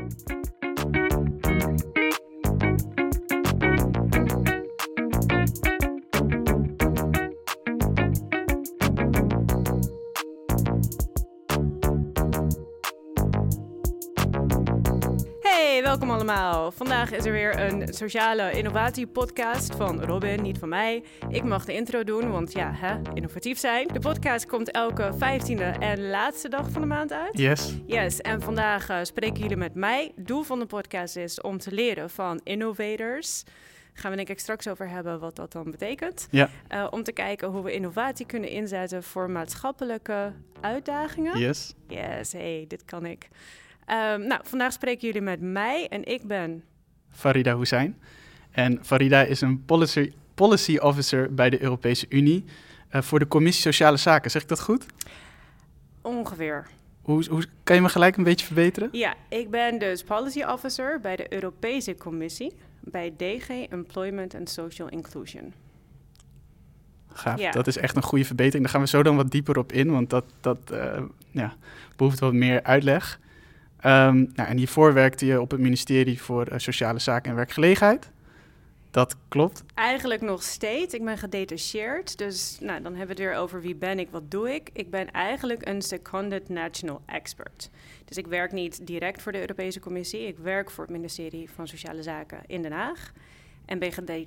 Hey, welkom allemaal. Vandaag is er weer een sociale innovatie-podcast van Robin, niet van mij. Ik mag de intro doen, want ja, innovatief zijn. De podcast komt elke 15e en laatste dag van de maand uit. Yes, en vandaag spreken jullie met mij. Het doel van de podcast is om te leren van innovators. Gaan we denk ik straks over hebben wat dat dan betekent. Ja. Om te kijken hoe we innovatie kunnen inzetten voor maatschappelijke uitdagingen. Yes, hey, dit kan ik. Vandaag spreken jullie met mij en ik ben Farida Hussein. En Farida is een policy officer bij de Europese Unie voor de Commissie Sociale Zaken. Zeg ik dat goed? Ongeveer. Hoe kan je me gelijk een beetje verbeteren? Ja, ik ben dus policy officer bij de Europese Commissie bij DG Employment and Social Inclusion. Gaaf, ja. Dat is echt een goede verbetering. Daar gaan we zo dan wat dieper op in, want dat behoeft wat meer uitleg. En hiervoor werkte je op het ministerie voor Sociale Zaken en Werkgelegenheid. Dat klopt. Eigenlijk nog steeds. Ik ben gedetacheerd. Dus dan hebben we het weer over wie ben ik, wat doe ik. Ik ben eigenlijk een seconded national expert. Dus ik werk niet direct voor de Europese Commissie. Ik werk voor het ministerie van Sociale Zaken in Den Haag. En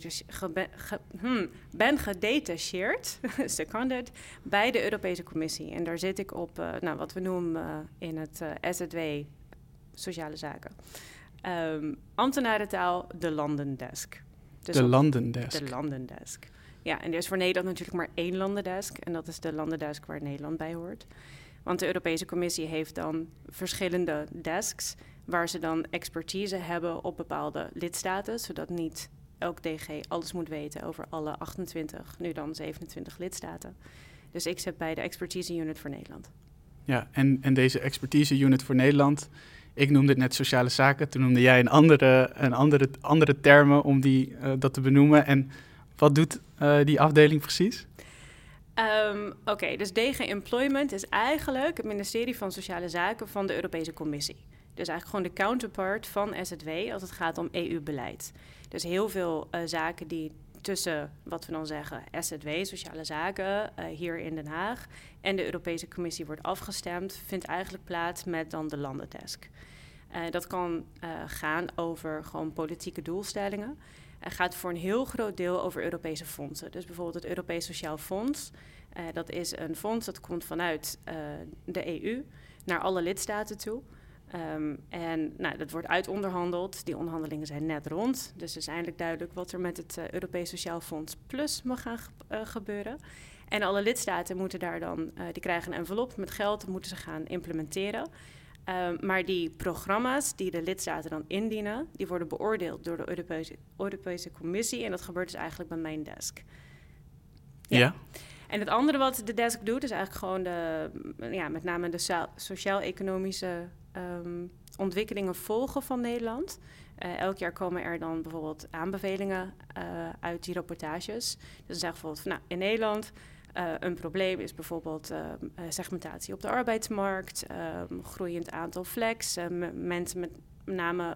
ben gedetacheerd, seconded, bij de Europese Commissie. En daar zit ik op wat we noemen in het SZW, Sociale Zaken. Ambtenarentaal, de London Desk. Dus de London Desk. De London Desk. Ja, en er is voor Nederland natuurlijk maar één London Desk. En dat is de London Desk waar Nederland bij hoort. Want de Europese Commissie heeft dan verschillende desks waar ze dan expertise hebben op bepaalde lidstaten, zodat niet elk DG alles moet weten over alle 28, nu dan 27 lidstaten. Dus ik zit bij de Expertise Unit voor Nederland. Ja, en deze Expertise Unit voor Nederland, ik noemde het net sociale zaken. Toen noemde jij een andere termen om dat te benoemen. En wat doet die afdeling precies? Oké, dus DG Employment is eigenlijk het ministerie van Sociale Zaken van de Europese Commissie. Dus eigenlijk gewoon de counterpart van SZW als het gaat om EU-beleid. Dus heel veel zaken die tussen, wat we dan zeggen, SZW, Sociale Zaken, hier in Den Haag, en de Europese Commissie wordt afgestemd, vindt eigenlijk plaats met dan de landendesk. Dat kan gaan over gewoon politieke doelstellingen. Het gaat voor een heel groot deel over Europese fondsen. Dus bijvoorbeeld het Europees Sociaal Fonds. Dat is een fonds dat komt vanuit de EU naar alle lidstaten toe. Dat wordt uitonderhandeld. Die onderhandelingen zijn net rond. Dus het is eindelijk duidelijk wat er met het Europees Sociaal Fonds Plus mag gaan gebeuren. En alle lidstaten moeten daar dan, die krijgen een envelop met geld, dat moeten ze gaan implementeren. Maar die programma's die de lidstaten dan indienen, die worden beoordeeld door de Europese Commissie. En dat gebeurt dus eigenlijk bij mijn desk. Ja. En het andere wat de desk doet, is eigenlijk gewoon met name de sociaal-economische ontwikkelingen volgen van Nederland. Elk jaar komen er dan bijvoorbeeld aanbevelingen uit die rapportages. Dus dan zeggen bijvoorbeeld in Nederland een probleem is bijvoorbeeld segmentatie op de arbeidsmarkt, groeiend aantal flex, mensen met name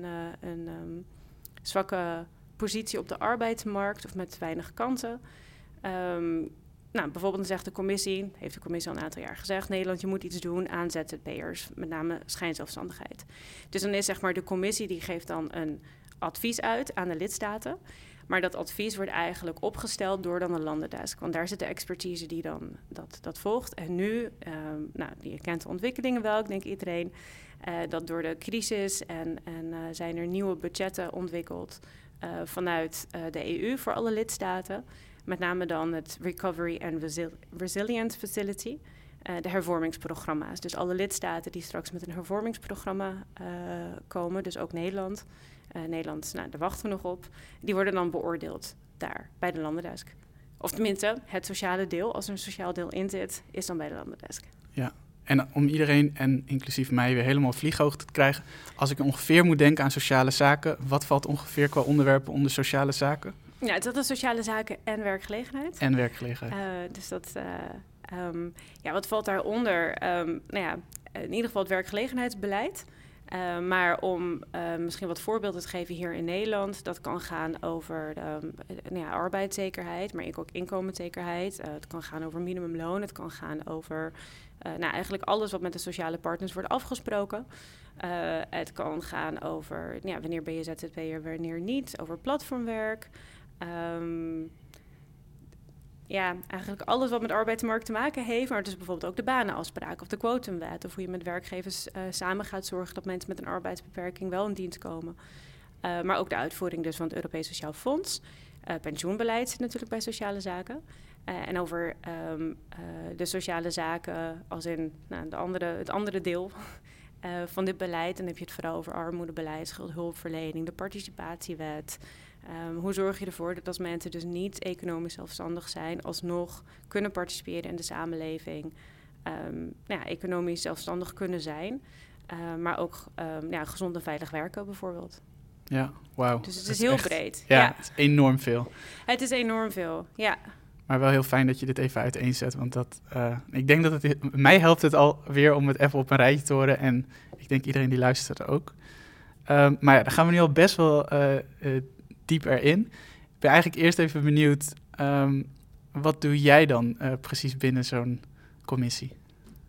een zwakke positie op de arbeidsmarkt of met weinig kansen. Bijvoorbeeld dan zegt heeft de commissie al een aantal jaar gezegd, Nederland, je moet iets doen aan ZZP'ers, met name schijnzelfstandigheid. Dus dan is zeg maar de commissie die geeft dan een advies uit aan de lidstaten. Maar dat advies wordt eigenlijk opgesteld door dan de landendesk. Want daar zit de expertise die dan dat volgt. En nu, je kent de ontwikkelingen wel, ik denk iedereen, dat door de crisis en zijn er nieuwe budgetten ontwikkeld vanuit de EU voor alle lidstaten. Met name dan het Recovery and Resilience Facility, de hervormingsprogramma's. Dus alle lidstaten die straks met een hervormingsprogramma komen, dus ook Nederland. Nederland, daar wachten we nog op. Die worden dan beoordeeld daar, bij de landendesk. Of tenminste, het sociale deel, als er een sociaal deel in zit, is dan bij de landendesk. Ja, en om iedereen, en inclusief mij, weer helemaal vlieghoogte te krijgen, als ik ongeveer moet denken aan sociale zaken, wat valt ongeveer qua onderwerpen onder sociale zaken? Ja, dat is sociale zaken en werkgelegenheid. En werkgelegenheid. Dus dat, wat valt daaronder? In ieder geval het werkgelegenheidsbeleid. Maar om misschien wat voorbeelden te geven hier in Nederland, dat kan gaan over arbeidszekerheid, maar ook inkomenszekerheid. Het kan gaan over minimumloon, het kan gaan over eigenlijk alles wat met de sociale partners wordt afgesproken. Het kan gaan over wanneer ben je ZZP'er, wanneer niet, over platformwerk. Eigenlijk alles wat met arbeidsmarkt te maken heeft. Maar dus bijvoorbeeld ook de banenafspraak of de quotumwet. Of hoe je met werkgevers samen gaat zorgen dat mensen met een arbeidsbeperking wel in dienst komen. Maar ook de uitvoering dus van het Europees Sociaal Fonds. Pensioenbeleid zit natuurlijk bij sociale zaken. En over de sociale zaken als in het andere deel van dit beleid. Dan heb je het vooral over armoedebeleid, schuldhulpverlening, de participatiewet. Hoe zorg je ervoor dat als mensen dus niet economisch zelfstandig zijn, alsnog kunnen participeren in de samenleving, economisch zelfstandig kunnen zijn, maar ook gezond en veilig werken bijvoorbeeld. Ja, wauw. Dus het is heel breed. Ja, het is enorm veel. Het is enorm veel, ja. Maar wel heel fijn dat je dit even uiteenzet, want ik denk dat mij helpt het alweer om het even op een rijtje te horen en ik denk iedereen die luistert ook. Maar dan gaan we nu al best wel diep erin. Ik ben eigenlijk eerst even benieuwd, wat doe jij dan precies binnen zo'n commissie?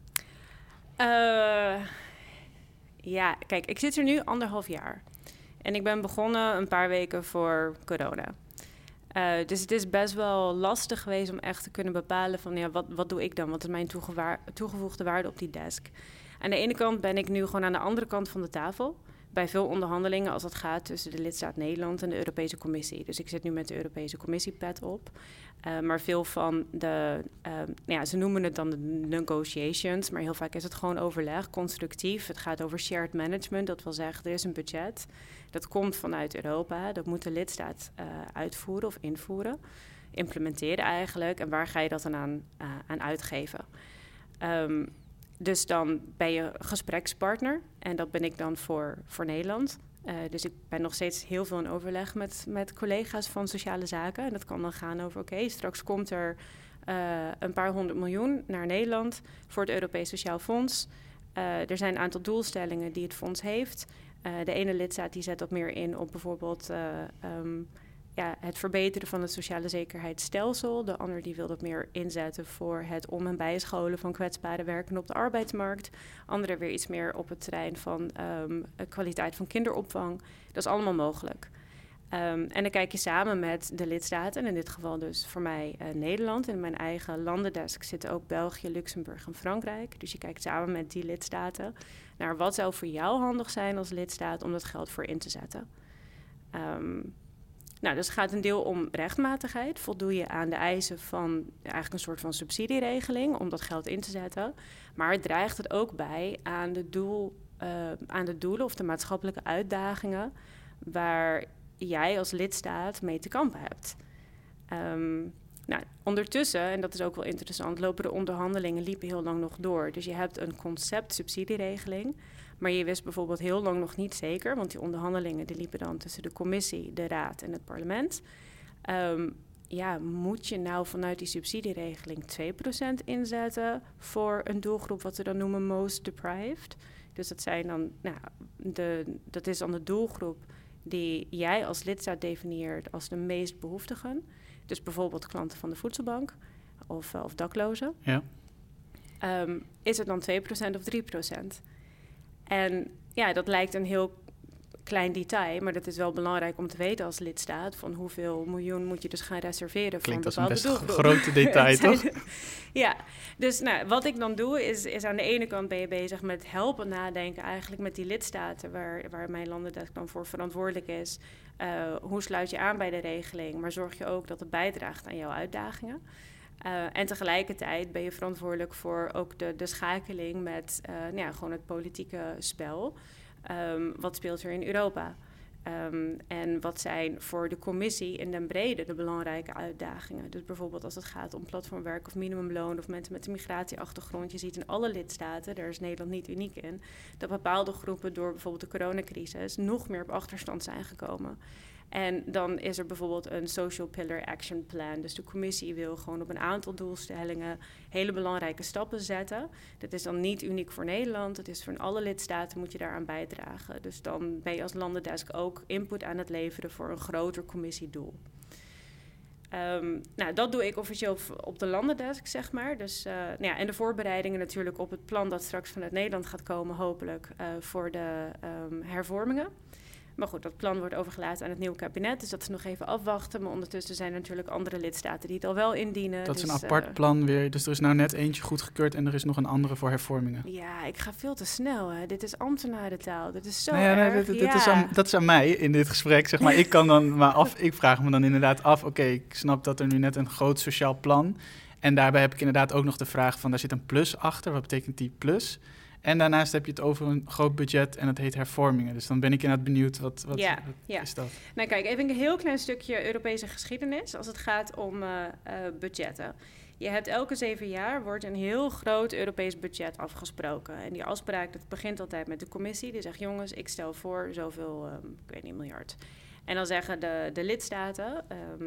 Kijk, ik zit er nu 1,5 jaar. En ik ben begonnen een paar weken voor corona. Dus het is best wel lastig geweest om echt te kunnen bepalen van wat doe ik dan? Wat is mijn toegevoegde waarde op die desk? Aan de ene kant ben ik nu gewoon aan de andere kant van de tafel. Bij veel onderhandelingen als het gaat tussen de lidstaat Nederland en de Europese Commissie. Dus ik zit nu met de Europese Commissie pet op. Maar veel van ze noemen het dan de negotiations, maar heel vaak is het gewoon overleg, constructief. Het gaat over shared management, dat wil zeggen er is een budget. Dat komt vanuit Europa, dat moet de lidstaat uitvoeren of invoeren, implementeren eigenlijk. En waar ga je dat dan aan uitgeven? Dus dan ben je gesprekspartner en dat ben ik dan voor Nederland. Dus ik ben nog steeds heel veel in overleg met collega's van sociale zaken. En dat kan dan gaan over, straks komt er een paar 100 miljoen naar Nederland voor het Europees Sociaal Fonds. Er zijn een aantal doelstellingen die het fonds heeft. De ene lidstaat die zet dat meer in op bijvoorbeeld het verbeteren van het sociale zekerheidsstelsel. De ander die wil dat meer inzetten voor het om- en bijscholen van kwetsbare werkenden op de arbeidsmarkt. Andere weer iets meer op het terrein van kwaliteit van kinderopvang. Dat is allemaal mogelijk. En dan kijk je samen met de lidstaten, en in dit geval dus voor mij Nederland. In mijn eigen landendesk zitten ook België, Luxemburg en Frankrijk. Dus je kijkt samen met die lidstaten naar wat zou voor jou handig zijn als lidstaat om dat geld voor in te zetten. Dus het gaat een deel om rechtmatigheid. Voldoe je aan de eisen van eigenlijk een soort van subsidieregeling om dat geld in te zetten. Maar het draagt het ook bij aan de doelen of de maatschappelijke uitdagingen waar jij als lidstaat mee te kampen hebt. Ondertussen, en dat is ook wel interessant, liepen onderhandelingen heel lang nog door. Dus je hebt een concept subsidieregeling, maar je wist bijvoorbeeld heel lang nog niet zeker, want die onderhandelingen die liepen dan tussen de commissie, de raad en het parlement. Moet je nou vanuit die subsidieregeling 2% inzetten voor een doelgroep wat we dan noemen most deprived? Dus dat zijn dan, dat is dan de doelgroep die jij als lidstaat definieert als de meest behoeftigen. Dus bijvoorbeeld klanten van de voedselbank of daklozen. Ja. Is het dan 2% of 3%? En dat lijkt een heel klein detail, maar dat is wel belangrijk om te weten als lidstaat van hoeveel miljoen moet je dus gaan reserveren voor een bepaalde doelgroep. Klinkt als een best grote detail, toch? Ja, dus wat ik dan doe is aan de ene kant ben je bezig met helpen nadenken eigenlijk met die lidstaten waar mijn landendesk dan voor verantwoordelijk is. Hoe sluit je aan bij de regeling, maar zorg je ook dat het bijdraagt aan jouw uitdagingen. En tegelijkertijd ben je verantwoordelijk voor ook de schakeling met gewoon het politieke spel. Wat speelt er in Europa? En wat zijn voor de commissie in den brede de belangrijke uitdagingen? Dus bijvoorbeeld als het gaat om platformwerk of minimumloon of mensen met een migratieachtergrond. Je ziet in alle lidstaten, daar is Nederland niet uniek in, dat bepaalde groepen door bijvoorbeeld de coronacrisis nog meer op achterstand zijn gekomen. En dan is er bijvoorbeeld een Social Pillar Action Plan. Dus de commissie wil gewoon op een aantal doelstellingen hele belangrijke stappen zetten. Dat is dan niet uniek voor Nederland. Het is voor alle lidstaten moet je daaraan bijdragen. Dus dan ben je als landendesk ook input aan het leveren voor een groter commissiedoel. Dat doe ik officieel op de landendesk, zeg maar. Dus, en de voorbereidingen natuurlijk op het plan dat straks vanuit Nederland gaat komen, hopelijk, voor de hervormingen. Maar goed, dat plan wordt overgelaten aan het nieuwe kabinet, dus dat is nog even afwachten. Maar ondertussen zijn er natuurlijk andere lidstaten die het al wel indienen. Dat is een apart plan weer, dus er is nou net eentje goedgekeurd en er is nog een andere voor hervormingen. Ja, ik ga veel te snel, hè. Dit is ambtenarentaal, dit is zo erg. Dat is aan mij in dit gesprek, zeg maar. Ik kan dan ik vraag me dan inderdaad af, oké, ik snap dat er nu net een groot sociaal plan. En daarbij heb ik inderdaad ook nog de vraag van, daar zit een plus achter, wat betekent die plus? En daarnaast heb je het over een groot budget en het heet hervormingen. Dus dan ben ik inderdaad benieuwd, wat is dat? Nou kijk, even een heel klein stukje Europese geschiedenis als het gaat om budgetten. Je hebt elke 7 jaar wordt een heel groot Europees budget afgesproken. En die afspraak, dat begint altijd met de commissie. Die zegt, jongens, ik stel voor zoveel, miljard. En dan zeggen de lidstaten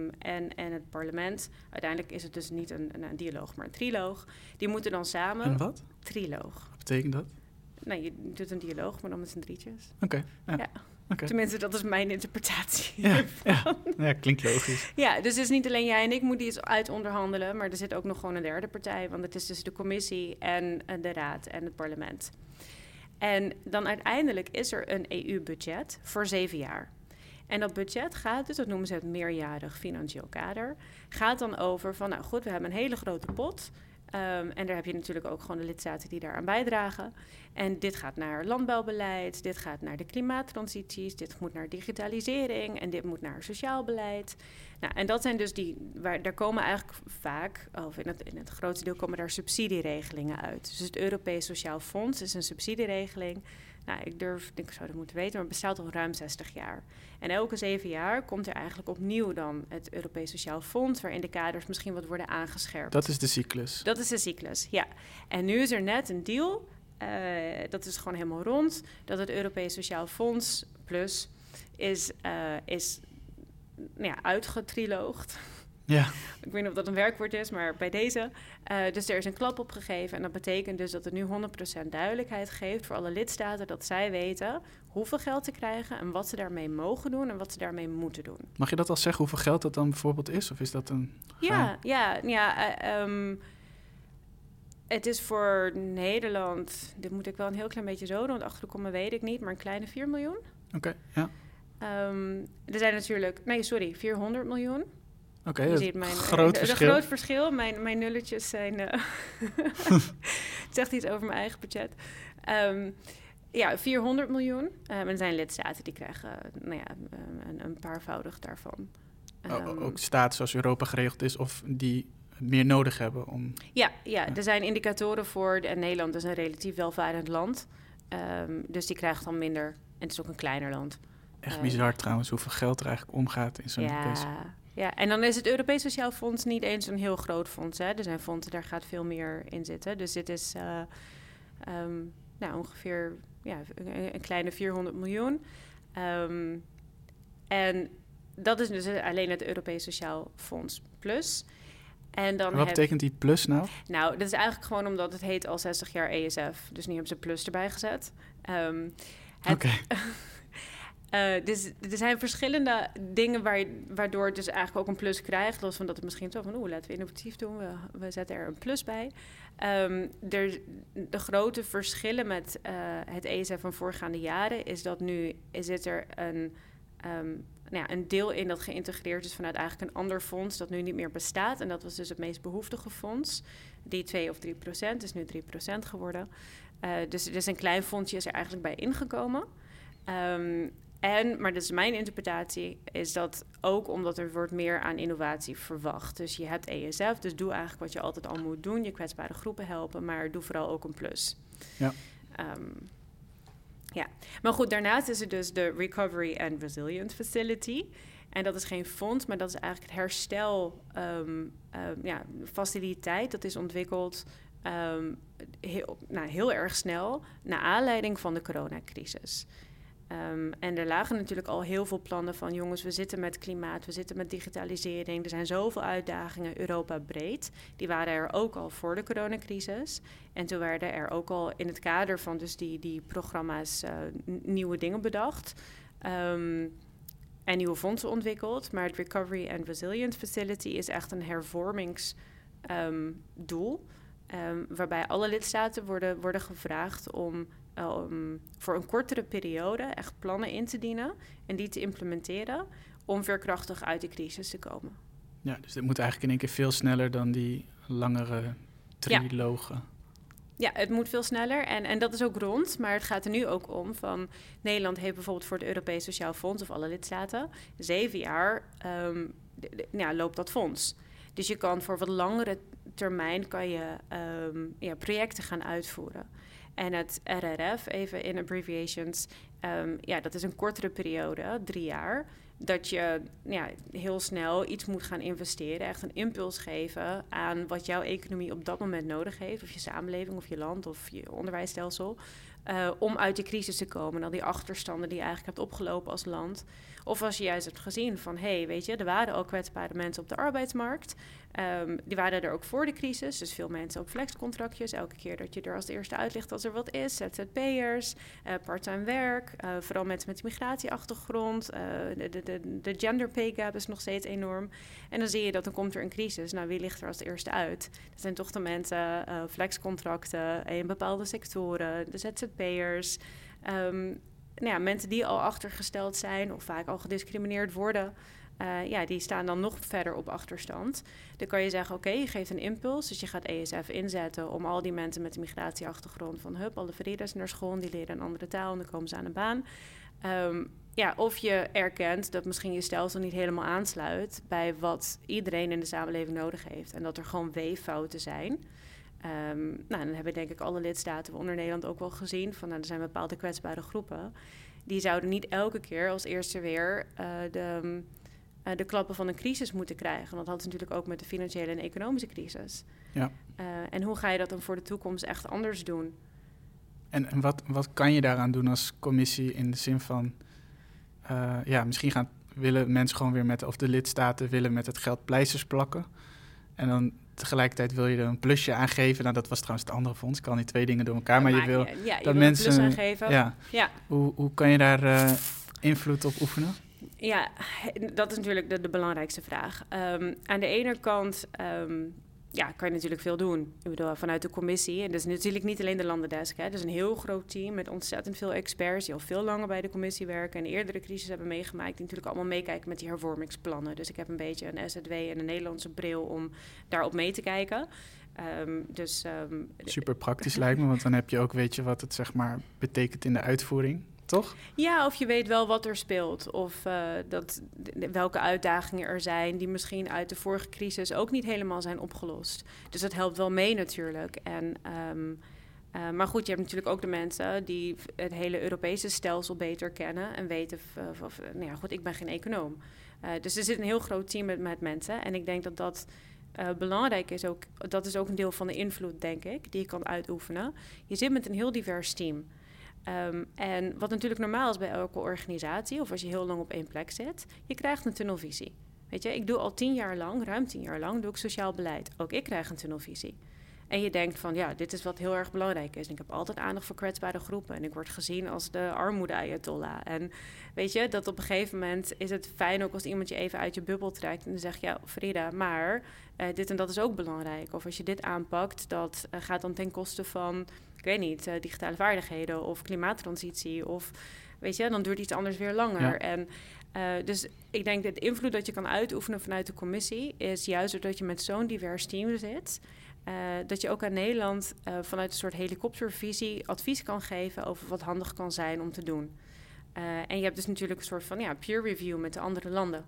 en het parlement, uiteindelijk is het dus niet een dialoog, maar een triloog. Die moeten dan samen... Een wat? Triloog. Wat betekent dat? Nou, je doet een dialoog, maar dan met z'n drietjes. Oké. Okay. Tenminste, dat is mijn interpretatie. Ja, klinkt logisch. Ja, dus het is niet alleen jij en ik moet die eens uitonderhandelen, maar er zit ook nog gewoon een derde partij, want het is dus de commissie en de raad en het parlement. En dan uiteindelijk is er een EU-budget voor 7 jaar. En dat budget gaat dus, dat noemen ze het meerjarig financieel kader, gaat dan over van, nou goed, we hebben een hele grote pot. En daar heb je natuurlijk ook gewoon de lidstaten die daaraan bijdragen. En dit gaat naar landbouwbeleid, dit gaat naar de klimaattransities, dit moet naar digitalisering en dit moet naar sociaal beleid. Nou, en dat zijn dus daar komen eigenlijk vaak, of in het grootste deel komen daar subsidieregelingen uit. Dus het Europees Sociaal Fonds is een subsidieregeling. Nou, ik zou dat moeten weten, maar het bestaat al ruim 60 jaar. En elke 7 jaar komt er eigenlijk opnieuw dan het Europees Sociaal Fonds, waarin de kaders misschien wat worden aangescherpt. Dat is de cyclus. Dat is de cyclus, ja. En nu is er net een deal, dat is gewoon helemaal rond, dat het Europees Sociaal Fonds Plus is uitgetriloogd. Ja. Ik weet niet of dat een werkwoord is, maar bij deze. Dus er is een klap op gegeven. En dat betekent dus dat het nu 100% duidelijkheid geeft voor alle lidstaten, dat zij weten hoeveel geld ze krijgen en wat ze daarmee mogen doen en wat ze daarmee moeten doen. Mag je dat al zeggen, hoeveel geld dat dan bijvoorbeeld is? Of is dat een... Het is voor Nederland, dit moet ik wel een heel klein beetje zo doen, want achter de komma weet ik niet, maar een kleine 4 miljoen. Oké, ja. Er zijn natuurlijk, 400 miljoen. Oké, je ziet groot verschil. Een groot verschil. Mijn nulletjes zijn... het zegt iets over mijn eigen budget. 400 miljoen. En er zijn lidstaten die krijgen een paarvoudig daarvan. Ook staten zoals Europa geregeld is of die meer nodig hebben om... Ja, er zijn indicatoren voor. En Nederland is een relatief welvarend land. Dus die krijgt dan minder. En het is ook een kleiner land. Echt bizar trouwens hoeveel geld er eigenlijk omgaat in zo'n Europese... Ja, en dan is het Europees Sociaal Fonds niet eens een heel groot fonds. Hè. Er zijn fondsen, daar gaat veel meer in zitten. Dus dit is ongeveer een kleine 400 miljoen. En dat is dus alleen het Europees Sociaal Fonds Plus. En dan wat betekent die plus nou? Nou, dat is eigenlijk gewoon omdat het heet al 60 jaar ESF. Dus nu hebben ze plus erbij gezet. Oké. Dus er zijn verschillende dingen waardoor het dus eigenlijk ook een plus krijgt. Los van dat het misschien zo van, laten we innovatief doen. We zetten er een plus bij. De grote verschillen met het ESF van voorgaande jaren is dat nu zit er een deel in dat geïntegreerd is vanuit eigenlijk een ander fonds dat nu niet meer bestaat. En dat was dus het meest behoeftige fonds. Die 2 of 3% is nu 3% geworden. Dus een klein fondsje is er eigenlijk bij ingekomen. Maar dus mijn interpretatie is dat ook omdat er wordt meer aan innovatie verwacht. Dus je hebt ESF, dus doe eigenlijk wat je altijd al moet doen. Je kwetsbare groepen helpen, maar doe vooral ook een plus. Ja. Maar goed, daarnaast is er dus de Recovery and Resilience Facility. En dat is geen fonds, maar dat is eigenlijk het herstel faciliteit. Dat is ontwikkeld heel erg snel naar aanleiding van de coronacrisis. En er lagen natuurlijk al heel veel plannen van... jongens, we zitten met klimaat, we zitten met digitalisering. Er zijn zoveel uitdagingen, Europa breed. Die waren er ook al voor de coronacrisis. En toen werden er ook al in het kader van dus die programma's... nieuwe dingen bedacht. En nieuwe fondsen ontwikkeld. Maar het Recovery and Resilience Facility is echt een hervormingsdoel... waarbij alle lidstaten worden gevraagd om voor een kortere periode echt plannen in te dienen en die te implementeren om veerkrachtig uit de crisis te komen. Ja, dus het moet eigenlijk in één keer veel sneller dan die langere trilogen. Ja, het moet veel sneller en dat is ook rond, maar het gaat er nu ook om van... Nederland heeft bijvoorbeeld voor het Europees Sociaal Fonds of alle lidstaten 7 jaar loopt dat fonds. Dus je kan voor wat langere termijn projecten gaan uitvoeren. En het RRF, even in abbreviations, dat is een kortere periode, 3 jaar... dat je heel snel iets moet gaan investeren, echt een impuls geven aan wat jouw economie op dat moment nodig heeft, of je samenleving, of je land, of je onderwijsstelsel, om uit die crisis te komen. En al die achterstanden die je eigenlijk hebt opgelopen als land. Of als je juist hebt gezien van, weet je, er waren al kwetsbare mensen op de arbeidsmarkt. Die waren er ook voor de crisis, dus veel mensen op flexcontractjes. Elke keer dat je er als eerste uitlicht als er wat is, ZZP'ers, parttime werk, vooral mensen met migratieachtergrond. De gender pay gap is nog steeds enorm. En dan zie je dat dan komt er een crisis. Nou, wie ligt er als eerste uit? Dat zijn toch de mensen, flexcontracten in bepaalde sectoren, de ZZP'ers. Mensen die al achtergesteld zijn of vaak al gediscrimineerd worden... die staan dan nog verder op achterstand. Dan kan je zeggen, oké, je geeft een impuls. Dus je gaat ESF inzetten om al die mensen met een migratieachtergrond... van alle Farida's naar school, die leren een andere taal... en dan komen ze aan de baan. Of je erkent dat misschien je stelsel niet helemaal aansluit... bij wat iedereen in de samenleving nodig heeft. En dat er gewoon weeffouten zijn... dan hebben denk ik alle lidstaten onder Nederland ook wel gezien... van er zijn bepaalde kwetsbare groepen... die zouden niet elke keer als eerste weer de klappen van een crisis moeten krijgen. Want dat had natuurlijk ook met de financiële en economische crisis. Ja. En hoe ga je dat dan voor de toekomst echt anders doen? En wat kan je daaraan doen als commissie in de zin van... misschien willen mensen gewoon weer of de lidstaten willen met het geld pleisters plakken... En dan tegelijkertijd wil je er een plusje aan geven. Nou, dat was trouwens het andere fonds. Ik kan die 2 dingen door elkaar, maar je wil dat mensen... een plus aangeven. Ja. Hoe kan je daar invloed op oefenen? Ja, dat is natuurlijk de belangrijkste vraag. Aan de ene kant kan je natuurlijk veel doen. Ik bedoel, vanuit de commissie. En dat is natuurlijk niet alleen de landendesk. Het is een heel groot team met ontzettend veel experts... die al veel langer bij de commissie werken... en eerdere crisis hebben meegemaakt... die natuurlijk allemaal meekijken met die hervormingsplannen. Dus ik heb een beetje een SZW en een Nederlandse bril... om daarop mee te kijken. Super praktisch lijkt me, want dan heb je ook... weet je wat het zeg maar betekent in de uitvoering... Toch? Ja, of je weet wel wat er speelt. Of welke uitdagingen er zijn... die misschien uit de vorige crisis ook niet helemaal zijn opgelost. Dus dat helpt wel mee natuurlijk. Maar goed, je hebt natuurlijk ook de mensen... die het hele Europese stelsel beter kennen... en weten ik ben geen econoom. Dus er zit een heel groot team met mensen. En ik denk dat belangrijk is ook... dat is ook een deel van de invloed, denk ik... die je kan uitoefenen. Je zit met een heel divers team... En wat natuurlijk normaal is bij elke organisatie... of als je heel lang op één plek zit... je krijgt een tunnelvisie. Weet je, ik doe al 10 jaar lang, ruim 10 jaar lang... doe ik sociaal beleid. Ook ik krijg een tunnelvisie. En je denkt van, dit is wat heel erg belangrijk is. En ik heb altijd aandacht voor kwetsbare groepen. En ik word gezien als de armoede-ayatollah. En weet je, dat op een gegeven moment is het fijn... ook als iemand je even uit je bubbel trekt... en dan zeg je, ja, Frida, maar dit en dat is ook belangrijk. Of als je dit aanpakt, dat gaat dan ten koste van... ik weet niet, digitale vaardigheden of klimaattransitie... of weet je, dan duurt iets anders weer langer. Ja. En dus ik denk dat de invloed dat je kan uitoefenen vanuit de commissie... is juist doordat je met zo'n divers team zit... dat je ook aan Nederland vanuit een soort helikoptervisie advies kan geven... over wat handig kan zijn om te doen. En je hebt dus natuurlijk een soort van peer review met de andere landen.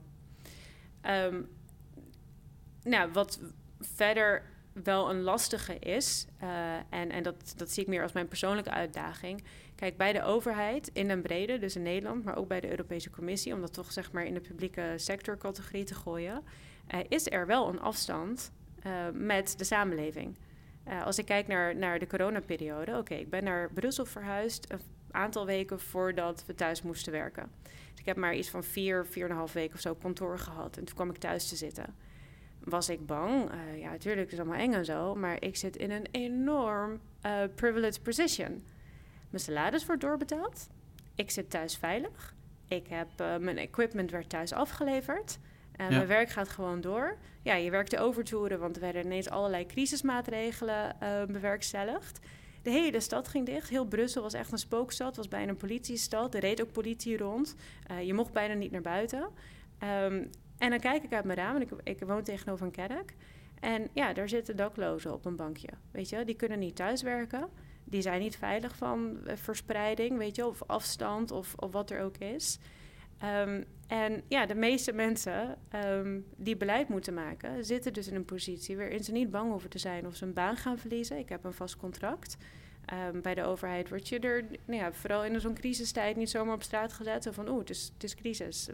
Wat verder wel een lastige is... en dat zie ik meer als mijn persoonlijke uitdaging... Kijk, bij de overheid in den brede, dus in Nederland... maar ook bij de Europese Commissie... om dat toch zeg maar in de publieke sectorcategorie te gooien... is er wel een afstand... met de samenleving. Als ik kijk naar de coronaperiode... ik ben naar Brussel verhuisd aantal weken voordat we thuis moesten werken. Dus ik heb maar iets van 4,5 weken of zo kantoor gehad. En toen kwam ik thuis te zitten. Was ik bang? Ja, natuurlijk, het is allemaal eng en zo. Maar ik zit in een enorm privileged position. Mijn salaris wordt doorbetaald. Ik zit thuis veilig. Ik heb mijn equipment werd thuis afgeleverd. Mijn werk gaat gewoon door. Ja, je werkte overtoeren, want er werden ineens allerlei crisismaatregelen bewerkstelligd. De hele stad ging dicht. Heel Brussel was echt een spookstad. Was bijna een politiestad. Er reed ook politie rond. Je mocht bijna niet naar buiten. En dan kijk ik uit mijn raam. En ik woon tegenover een kerk. En ja, daar zitten daklozen op een bankje. Weet je, die kunnen niet thuiswerken. Die zijn niet veilig van verspreiding, weet je, of afstand of wat er ook is. En ja, de meeste mensen die beleid moeten maken, zitten dus in een positie waarin ze niet bang hoeven te zijn of ze een baan gaan verliezen. Ik heb een vast contract. Bij de overheid word je er, vooral in zo'n crisistijd, niet zomaar op straat gezet. Zo van, het is crisis.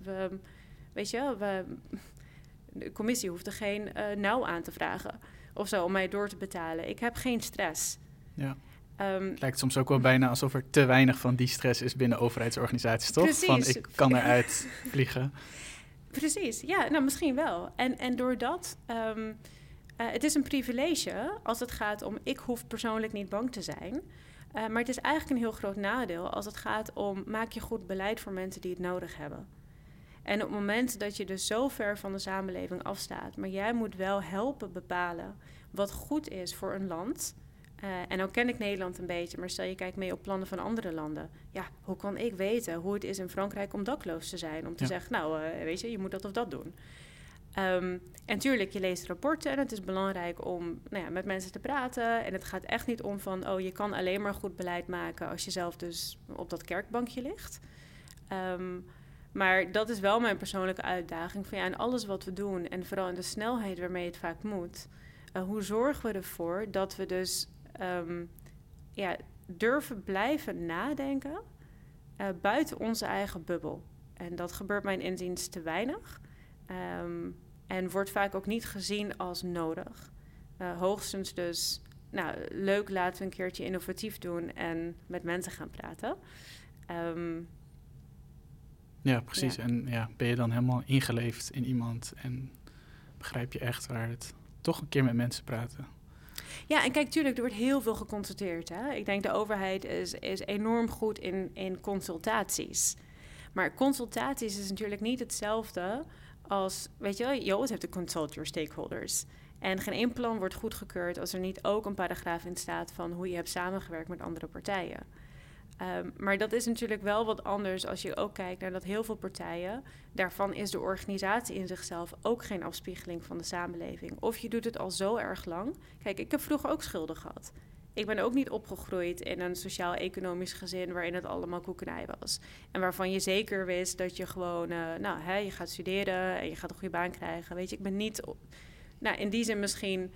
De commissie hoeft er geen nauw aan te vragen of zo om mij door te betalen. Ik heb geen stress. Ja. Het lijkt soms ook wel bijna alsof er te weinig van die stress is binnen overheidsorganisaties, toch? Precies. Van ik kan eruit vliegen. Precies, ja, nou misschien wel. En doordat, het is een privilege als het gaat om, ik hoef persoonlijk niet bang te zijn. Maar het is eigenlijk een heel groot nadeel als het gaat om, maak je goed beleid voor mensen die het nodig hebben. En op het moment dat je dus zo ver van de samenleving afstaat, maar jij moet wel helpen bepalen wat goed is voor een land. En nou ken ik Nederland een beetje, maar stel je kijkt mee op plannen van andere landen. Ja, hoe kan ik weten hoe het is in Frankrijk om dakloos te zijn? Om te zeggen, weet je moet dat of dat doen. En tuurlijk, je leest rapporten en het is belangrijk om met mensen te praten. En het gaat echt niet om van, je kan alleen maar goed beleid maken als je zelf dus op dat kerkbankje ligt. Maar dat is wel mijn persoonlijke uitdaging. Van, en alles wat we doen, en vooral in de snelheid waarmee het vaak moet. Hoe zorgen we ervoor dat we dus durven blijven nadenken buiten onze eigen bubbel. En dat gebeurt mijn inziens te weinig. En wordt vaak ook niet gezien als nodig. Hoogstens dus, leuk, laten we een keertje innovatief doen en met mensen gaan praten. Ja, precies. Ja. En ben je dan helemaal ingeleefd in iemand en begrijp je echt waar het toch een keer met mensen praten. Ja, en kijk, tuurlijk, er wordt heel veel geconsulteerd. Hè? Ik denk de overheid is enorm goed in consultaties. Maar consultaties is natuurlijk niet hetzelfde als, weet je always have to consult your stakeholders. En geen één plan wordt goedgekeurd als er niet ook een paragraaf in staat van hoe je hebt samengewerkt met andere partijen. Maar dat is natuurlijk wel wat anders als je ook kijkt naar dat heel veel partijen, daarvan is de organisatie in zichzelf ook geen afspiegeling van de samenleving. Of je doet het al zo erg lang. Kijk, ik heb vroeger ook schulden gehad. Ik ben ook niet opgegroeid in een sociaal-economisch gezin waarin het allemaal koekenij was. En waarvan je zeker wist dat je gewoon, je gaat studeren en je gaat een goede baan krijgen. Weet je, ik ben niet, in die zin misschien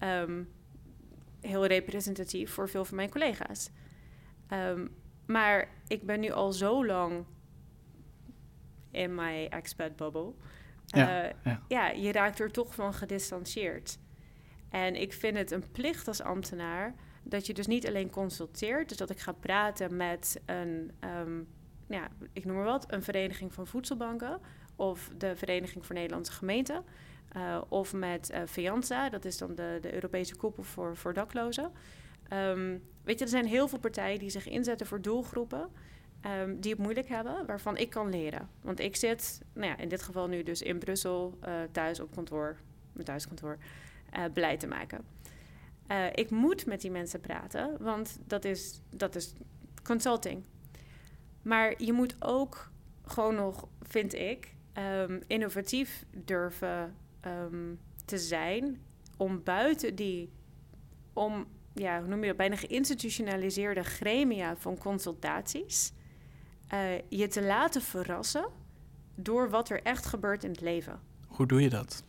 heel representatief voor veel van mijn collega's. Maar ik ben nu al zo lang in mijn expat bubble. Je raakt er toch van gedistanceerd. En ik vind het een plicht als ambtenaar dat je dus niet alleen consulteert. Dus dat ik ga praten met ik noem maar wat, een vereniging van voedselbanken. Of de Vereniging voor Nederlandse Gemeenten. Of met FEANSA, dat is dan de Europese koepel voor daklozen. Weet je, er zijn heel veel partijen die zich inzetten voor doelgroepen die het moeilijk hebben, waarvan ik kan leren. Want ik zit, in dit geval nu dus in Brussel, thuis op kantoor, mijn thuiskantoor, beleid te maken. Ik moet met die mensen praten, want dat is consulting. Maar je moet ook gewoon nog, vind ik, innovatief durven te zijn om buiten die, hoe noem je dat, bijna geïnstitutionaliseerde gremia van consultaties, je te laten verrassen door wat er echt gebeurt in het leven. Hoe doe je dat?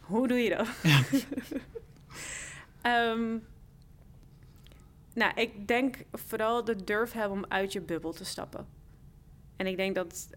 Ja. Ik denk vooral de durf hebben om uit je bubbel te stappen. En ik denk dat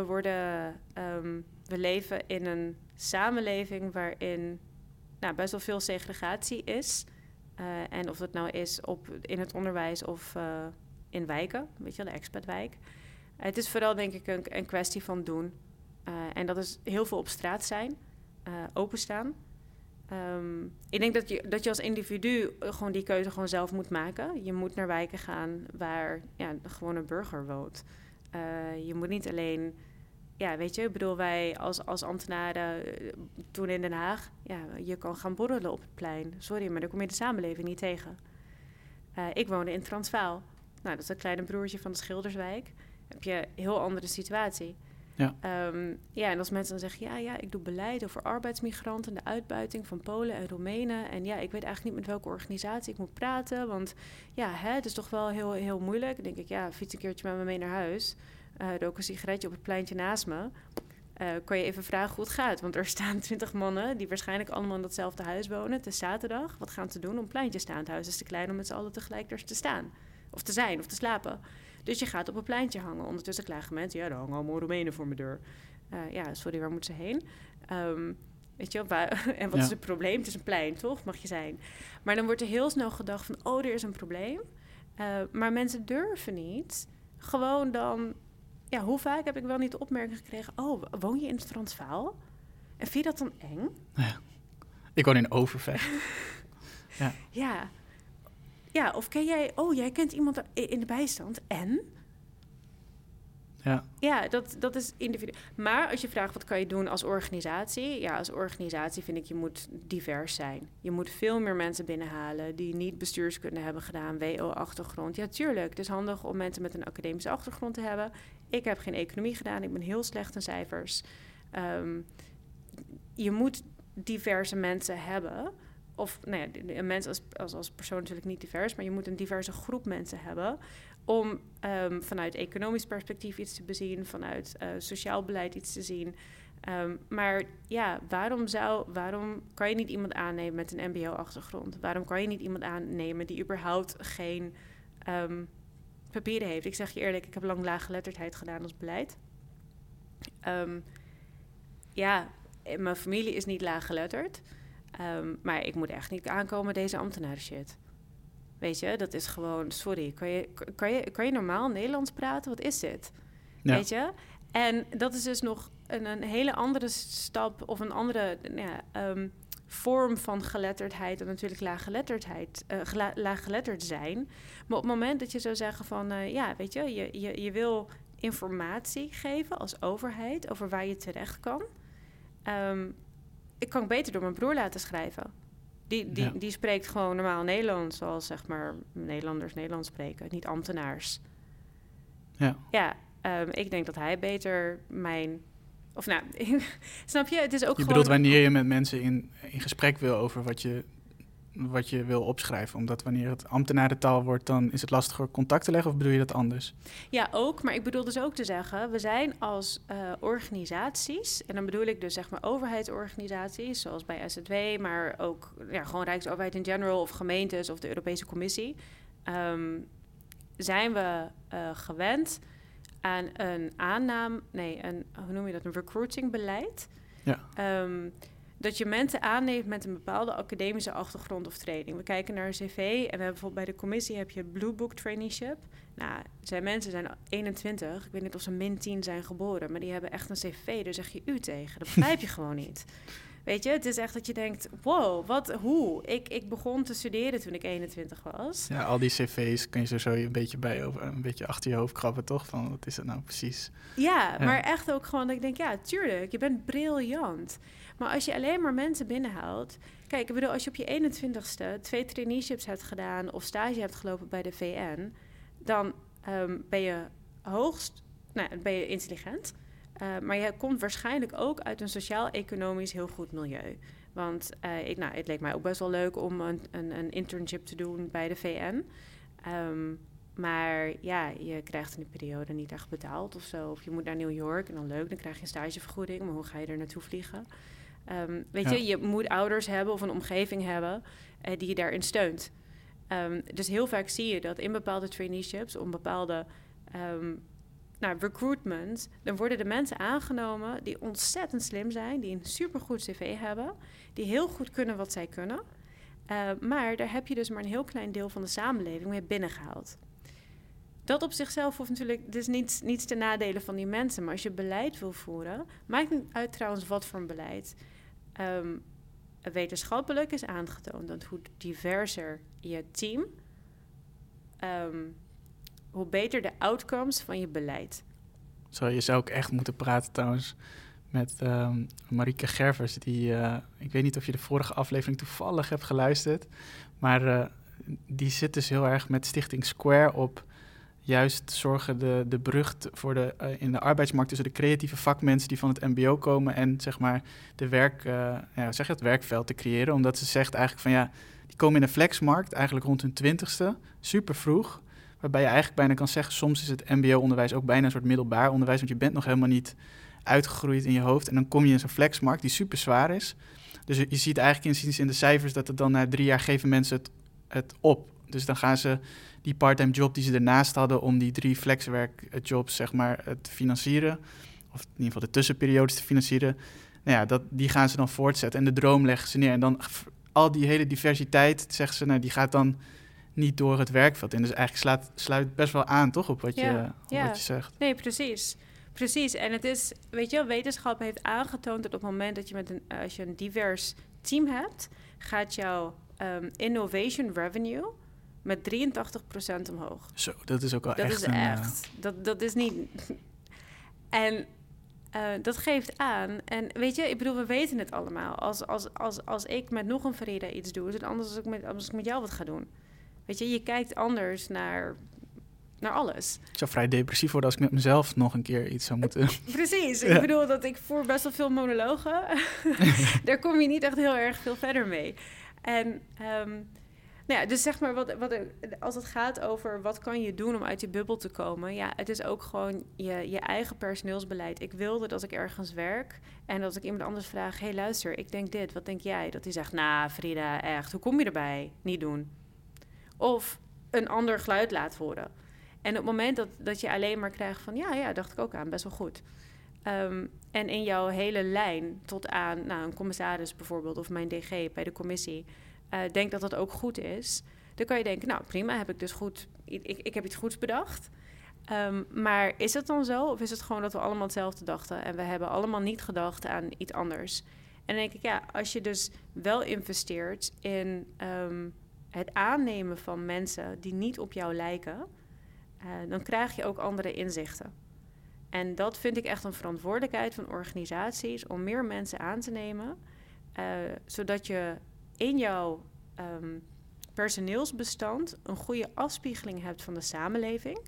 we leven in een samenleving waarin best wel veel segregatie is. En of dat nou is in het onderwijs of in wijken, weet je wel, de expatwijk. Het is vooral, denk ik, een kwestie van doen. En dat is heel veel op straat zijn, openstaan. Ik denk dat je als individu gewoon die keuze gewoon zelf moet maken. Je moet naar wijken gaan waar de gewone burger woont. Je moet niet alleen... Ja, weet je, ik bedoel, wij als ambtenaren toen in Den Haag... Ja, je kan gaan borrelen op het plein. Sorry, maar daar kom je de samenleving niet tegen. Ik woonde in Transvaal. Nou, dat is een kleine broertje van de Schilderswijk. Heb je een heel andere situatie. Ja. En als mensen dan zeggen... Ja, ik doe beleid over arbeidsmigranten... de uitbuiting van Polen en Roemenen... en ja, ik weet eigenlijk niet met welke organisatie ik moet praten... want het is toch wel heel, heel moeilijk. Dan denk ik, fiets een keertje met me mee naar huis... rook een sigaretje op het pleintje naast me... kan je even vragen hoe het gaat. Want er staan 20 mannen die waarschijnlijk allemaal in datzelfde huis wonen. Het is zaterdag. Wat gaan ze doen? Om pleintje staan. Het huis is te klein om met z'n allen tegelijk er te staan. Of te zijn, of te slapen. Dus je gaat op een pleintje hangen. Ondertussen klagen mensen... Ja, er hangen allemaal Roemenen voor mijn deur. Sorry, waar moeten ze heen? Weet je wel, en wat is het probleem? Het is een plein, toch? Mag je zijn. Maar dan wordt er heel snel gedacht van... Oh, er is een probleem. Maar mensen durven niet. Gewoon dan... Ja, hoe vaak heb ik wel niet de opmerking gekregen... Oh, woon je in Transvaal? En vind je dat dan eng? Ja. Ik woon in Overvecht. Ja, of ken jij... Oh, jij kent iemand in de bijstand. En? Ja, dat is individueel. Maar als je vraagt wat kan je doen als organisatie... Ja, als organisatie vind ik je moet divers zijn. Je moet veel meer mensen binnenhalen... die niet bestuurskunde hebben gedaan, WO-achtergrond. Ja, tuurlijk. Het is handig om mensen met een academische achtergrond te hebben. Ik heb geen economie gedaan. Ik ben heel slecht in cijfers. Je moet diverse mensen hebben... Of een mens als persoon natuurlijk niet divers... maar je moet een diverse groep mensen hebben... om vanuit economisch perspectief iets te bezien... vanuit sociaal beleid iets te zien. Maar ja, waarom kan je niet iemand aannemen met een mbo-achtergrond? Waarom kan je niet iemand aannemen die überhaupt geen papieren heeft? Ik zeg je eerlijk, ik heb lang laaggeletterdheid gedaan als beleid. Mijn familie is niet laaggeletterd... maar ik moet echt niet aankomen deze ambtenaren shit. Weet je, dat is gewoon... Sorry, kan je normaal Nederlands praten? Wat is dit? Ja. Weet je? En dat is dus nog een hele andere stap... of een andere vorm van geletterdheid... dan natuurlijk laaggeletterd zijn. Maar op het moment dat je zou zeggen van... weet je wil informatie geven als overheid... over waar je terecht kan... ik kan beter door mijn broer laten schrijven. Die spreekt gewoon normaal Nederlands... zoals zeg maar Nederlanders Nederlands spreken, niet ambtenaars. Ja, ik denk dat hij beter mijn... Of snap je? Het is ook je bedoelt wanneer je met mensen in gesprek wil... over wat je wil opschrijven. Omdat wanneer het ambtenarentaal wordt... dan is het lastiger contact te leggen, of bedoel je dat anders? Ja, ook. Maar ik bedoel dus ook te zeggen... we zijn als organisaties... en dan bedoel ik dus zeg maar overheidsorganisaties... zoals bij SZW, maar ook gewoon Rijksoverheid in general... of gemeentes of de Europese Commissie... zijn we gewend aan een recruitingbeleid... Ja. Dat je mensen aanneemt met een bepaalde academische achtergrond of training. We kijken naar een cv en we hebben bijvoorbeeld bij de commissie heb je Blue Book Traineeship. Mensen zijn 21, ik weet niet of ze -10 zijn geboren, maar die hebben echt een cv, daar zeg je u tegen. Dat begrijp je gewoon niet. Weet je, het is echt dat je denkt, wow, hoe? Ik begon te studeren toen ik 21 was. Ja, al die cv's kun je zo een beetje achter je hoofd krabben, toch? Van, wat is het nou precies? Ja, maar echt ook gewoon dat ik denk, ja, tuurlijk, je bent briljant. Maar als je alleen maar mensen binnenhaalt... Kijk, ik bedoel, als je op je 21ste 2 traineeships hebt gedaan... of stage hebt gelopen bij de VN... dan ben je ben je intelligent... maar je komt waarschijnlijk ook uit een sociaal-economisch heel goed milieu. Want het leek mij ook best wel leuk om een internship te doen bij de VN. Maar ja, je krijgt in die periode niet echt betaald of zo. Of je moet naar New York en dan leuk, dan krijg je een stagevergoeding. Maar hoe ga je er naartoe vliegen? Je moet ouders hebben of een omgeving hebben die je daarin steunt. Dus heel vaak zie je dat in bepaalde traineeships, om bepaalde recruitment, dan worden de mensen aangenomen die ontzettend slim zijn, die een supergoed cv hebben, die heel goed kunnen wat zij kunnen. Maar daar heb je dus maar een heel klein deel van de samenleving mee binnengehaald. dat op zichzelf hoeft natuurlijk dus niets ten nadele van die mensen. Maar als je beleid wil voeren, maakt niet uit trouwens wat voor een beleid. Wetenschappelijk is aangetoond dat hoe diverser je team, hoe beter de outcomes van je beleid. Je zou ook echt moeten praten trouwens met Marieke Gervers. Ik weet niet of je de vorige aflevering toevallig hebt geluisterd. Maar die zit dus heel erg met Stichting Square op juist zorgen de brug in de arbeidsmarkt tussen de creatieve vakmensen die van het mbo komen en zeg maar het werkveld te creëren. Omdat ze zegt eigenlijk van die komen in een flexmarkt eigenlijk rond hun 20ste, super vroeg. Waarbij je eigenlijk bijna kan zeggen, soms is het mbo-onderwijs ook bijna een soort middelbaar onderwijs, want je bent nog helemaal niet uitgegroeid in je hoofd. En dan kom je in zo'n flexmarkt die super zwaar is. Dus je ziet eigenlijk in de cijfers dat het dan na 3 jaar geven mensen het op. Dus dan gaan ze die parttime job die ze ernaast hadden om die 3 flexwerkjobs zeg maar te financieren, of in ieder geval de tussenperiodes te financieren, die gaan ze dan voortzetten en de droom leggen ze neer. En dan al die hele diversiteit, zeggen ze, die gaat dan niet door het werkveld in. Dus eigenlijk sluit best wel aan, toch, op wat je zegt. Nee, precies. Precies. En het is, weet je wel, wetenschap heeft aangetoond dat op het moment dat je als je een divers team hebt, gaat jouw innovation revenue met 83% omhoog. Zo, dat is ook wel echt. Dat is niet. En dat geeft aan. En weet je, ik bedoel, we weten het allemaal. Als ik met nog een Farida iets doe, is het anders als ik met jou wat ga doen. Weet je kijkt anders naar alles. Ik zou vrij depressief worden als ik met mezelf nog een keer iets zou moeten. Precies. Ik bedoel dat ik voer best wel veel monologen. Daar kom je niet echt heel erg veel verder mee. En dus zeg maar, als het gaat over wat kan je doen om uit die bubbel te komen. Ja, het is ook gewoon je eigen personeelsbeleid. Ik wilde dat ik ergens werk en dat ik iemand anders vraag, hey luister, ik denk dit, wat denk jij? Dat hij zegt, Farida, echt, hoe kom je erbij? Niet doen. Of een ander geluid laat horen. En op het moment dat je alleen maar krijgt van, ja, dacht ik ook aan, best wel goed. En in jouw hele lijn tot aan een commissaris bijvoorbeeld, of mijn DG bij de commissie, denk dat dat ook goed is. Dan kan je denken, prima, heb ik dus goed, ik heb iets goeds bedacht. Maar is het dan zo? Of is het gewoon dat we allemaal hetzelfde dachten en we hebben allemaal niet gedacht aan iets anders? En dan denk ik, als je dus wel investeert in het aannemen van mensen die niet op jou lijken, dan krijg je ook andere inzichten. En dat vind ik echt een verantwoordelijkheid van organisaties om meer mensen aan te nemen, zodat je in jouw personeelsbestand een goede afspiegeling hebt van de samenleving.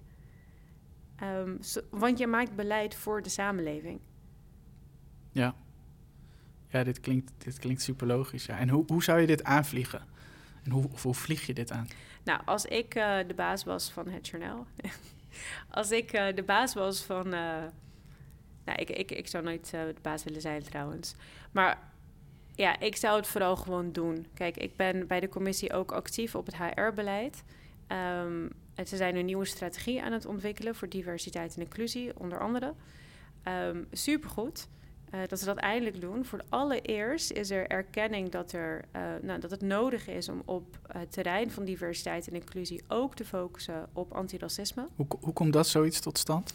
Want je maakt beleid voor de samenleving. Ja, dit klinkt super logisch. Ja. En hoe zou je dit aanvliegen? En hoe vlieg je dit aan? Nou, als ik de baas was van het journaal. Als ik de baas was van. Ik zou nooit de baas willen zijn trouwens. Maar ik zou het vooral gewoon doen. Kijk, ik ben bij de commissie ook actief op het HR-beleid. Ze zijn een nieuwe strategie aan het ontwikkelen voor diversiteit en inclusie, onder andere. Supergoed. Dat ze dat eindelijk doen. Voor het allereerst is er erkenning dat het nodig is om op het terrein van diversiteit en inclusie ook te focussen op antiracisme. Hoe komt dat zoiets tot stand?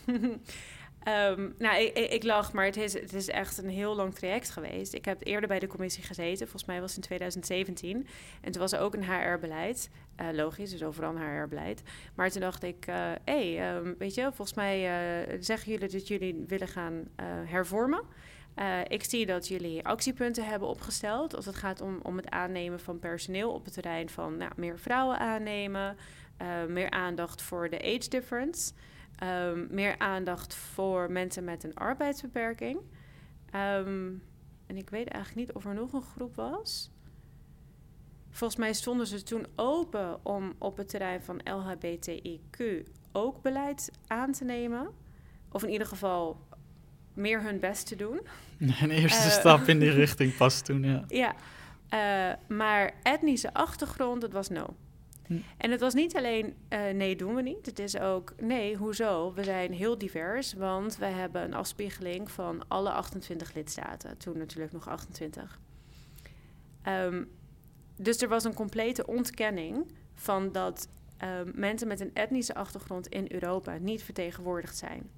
Ik lach, maar het is echt een heel lang traject geweest. Ik heb eerder bij de commissie gezeten, volgens mij was het in 2017. En toen was er ook een HR-beleid. Logisch, dus overal een HR-beleid. Maar toen dacht ik, weet je, volgens mij zeggen jullie dat jullie willen gaan hervormen. Ik zie dat jullie actiepunten hebben opgesteld als het gaat om het aannemen van personeel op het terrein van meer vrouwen aannemen, meer aandacht voor de age difference, meer aandacht voor mensen met een arbeidsbeperking. En ik weet eigenlijk niet of er nog een groep was. Volgens mij stonden ze toen open om op het terrein van LHBTIQ ook beleid aan te nemen. Of in ieder geval meer hun best te doen. Een eerste stap in die richting pas toen, ja. Maar etnische achtergrond, dat was no. En het was niet alleen, nee, doen we niet. Het is ook, nee, hoezo? We zijn heel divers, want we hebben een afspiegeling van alle 28 lidstaten. Toen natuurlijk nog 28. Dus er was een complete ontkenning van dat mensen met een etnische achtergrond in Europa niet vertegenwoordigd zijn.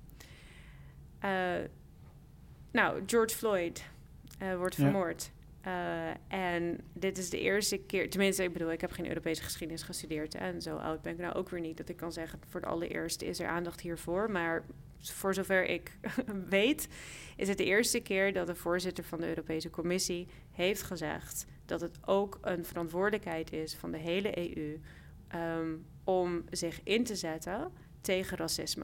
George Floyd wordt vermoord. En dit is de eerste keer... Tenminste, ik heb geen Europese geschiedenis gestudeerd. En zo oud ben ik nou ook weer niet dat ik kan zeggen... voor het allereerst is er aandacht hiervoor. Maar voor zover ik weet... is het de eerste keer dat de voorzitter van de Europese Commissie heeft gezegd... dat het ook een verantwoordelijkheid is van de hele EU... om zich in te zetten tegen racisme.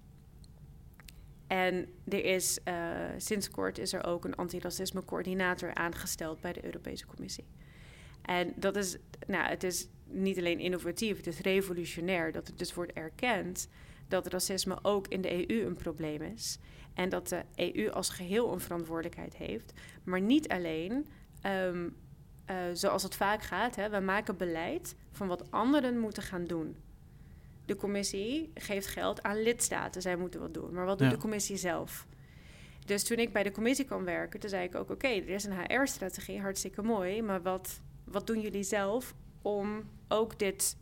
En er is sinds kort is er ook een antiracisme-coördinator aangesteld bij de Europese Commissie. En dat is, het is niet alleen innovatief, het is revolutionair dat het dus wordt erkend dat racisme ook in de EU een probleem is. En dat de EU als geheel een verantwoordelijkheid heeft, maar niet alleen zoals het vaak gaat. We maken beleid van wat anderen moeten gaan doen. De commissie geeft geld aan lidstaten. Zij moeten wat doen. Maar wat doet de commissie zelf? Dus toen ik bij de commissie kwam werken... toen zei ik ook, oké, er is een HR-strategie, hartstikke mooi... maar wat doen jullie zelf om ook dit...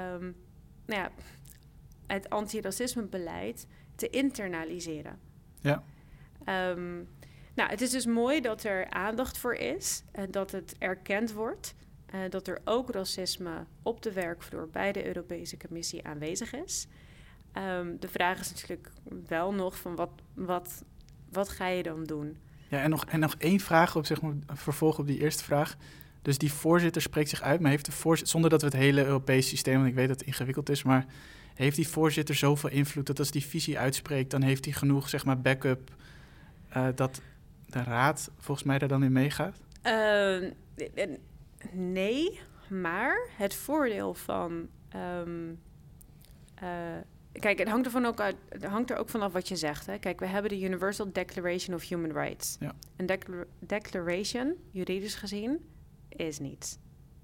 het antiracismebeleid te internaliseren? Ja. Het is dus mooi dat er aandacht voor is... en dat het erkend wordt... dat er ook racisme op de werkvloer bij de Europese Commissie aanwezig is. De vraag is natuurlijk wel nog van wat ga je dan doen? Ja, en nog één vraag op vervolg op die eerste vraag. Dus die voorzitter spreekt zich uit, maar heeft de voorzitter, zonder dat we het hele Europese systeem, want ik weet dat het ingewikkeld is, maar heeft die voorzitter zoveel invloed dat als die visie uitspreekt, dan heeft hij genoeg backup dat de raad volgens mij daar dan in meegaat? Nee, maar het voordeel van... kijk, het hangt er ook vanaf wat je zegt. Hè? Kijk, we hebben de Universal Declaration of Human Rights. Ja. Een declaration, juridisch gezien, is niets.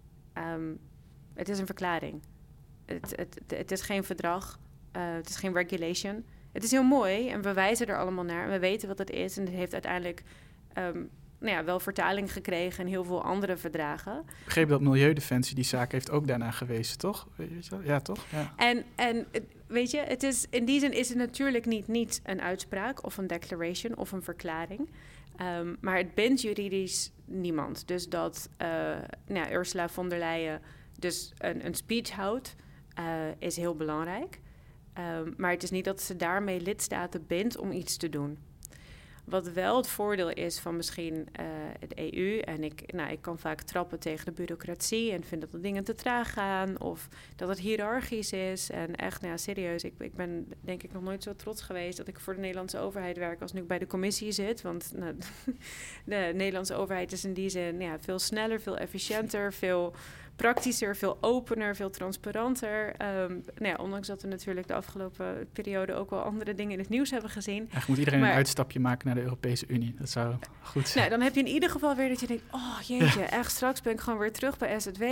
Het is een verklaring. Het is geen verdrag. Het is geen regulation. Het is heel mooi en we wijzen er allemaal naar. En we weten wat het is en het heeft uiteindelijk... wel vertaling gekregen in heel veel andere verdragen. Ik begreep dat Milieudefensie die zaak heeft ook daarna gewezen, toch? Weet je wel? Ja, toch? Ja. En weet je, het is, in die zin is het natuurlijk niet een uitspraak... of een declaration of een verklaring. Maar het bindt juridisch niemand. Dus dat Ursula von der Leyen dus een speech houdt... is heel belangrijk. Maar het is niet dat ze daarmee lidstaten bindt om iets te doen... Wat wel het voordeel is van misschien de EU... en ik kan vaak trappen tegen de bureaucratie... en vind dat de dingen te traag gaan... of dat het hiërarchisch is. En echt, serieus, ik ben denk ik nog nooit zo trots geweest... dat ik voor de Nederlandse overheid werk als nu ik bij de commissie zit. Want de Nederlandse overheid is in die zin veel sneller, veel efficiënter... veel praktischer, veel opener, veel transparanter. Ondanks dat we natuurlijk de afgelopen periode... ook wel andere dingen in het nieuws hebben gezien. Eigenlijk moet iedereen een uitstapje maken naar de Europese Unie. Dat zou goed zijn. Dan heb je in ieder geval weer dat je denkt... oh jeetje, echt straks ben ik gewoon weer terug bij SZW.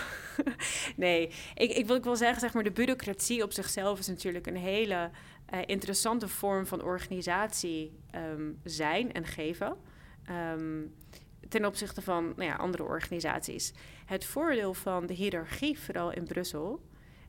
Nee, ik wil zeggen, de bureaucratie op zichzelf... is natuurlijk een hele interessante vorm van organisatie zijn en geven... ten opzichte van andere organisaties. Het voordeel van de hiërarchie, vooral in Brussel...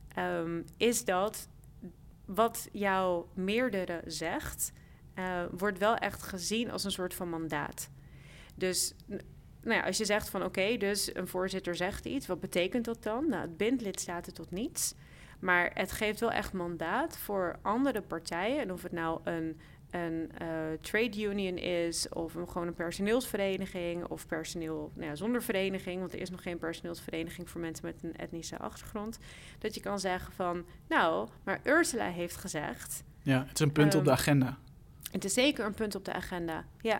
is dat wat jouw meerdere zegt... wordt wel echt gezien als een soort van mandaat. Dus als je zegt van oké, dus een voorzitter zegt iets... wat betekent dat dan? Het bindt lidstaten tot niets. Maar het geeft wel echt mandaat voor andere partijen... en of het nou een trade union is... of gewoon een personeelsvereniging... of personeel zonder vereniging... want er is nog geen personeelsvereniging... voor mensen met een etnische achtergrond... dat je kan zeggen van... maar Ursula heeft gezegd... Ja, het is een punt op de agenda. Het is zeker een punt op de agenda, ja.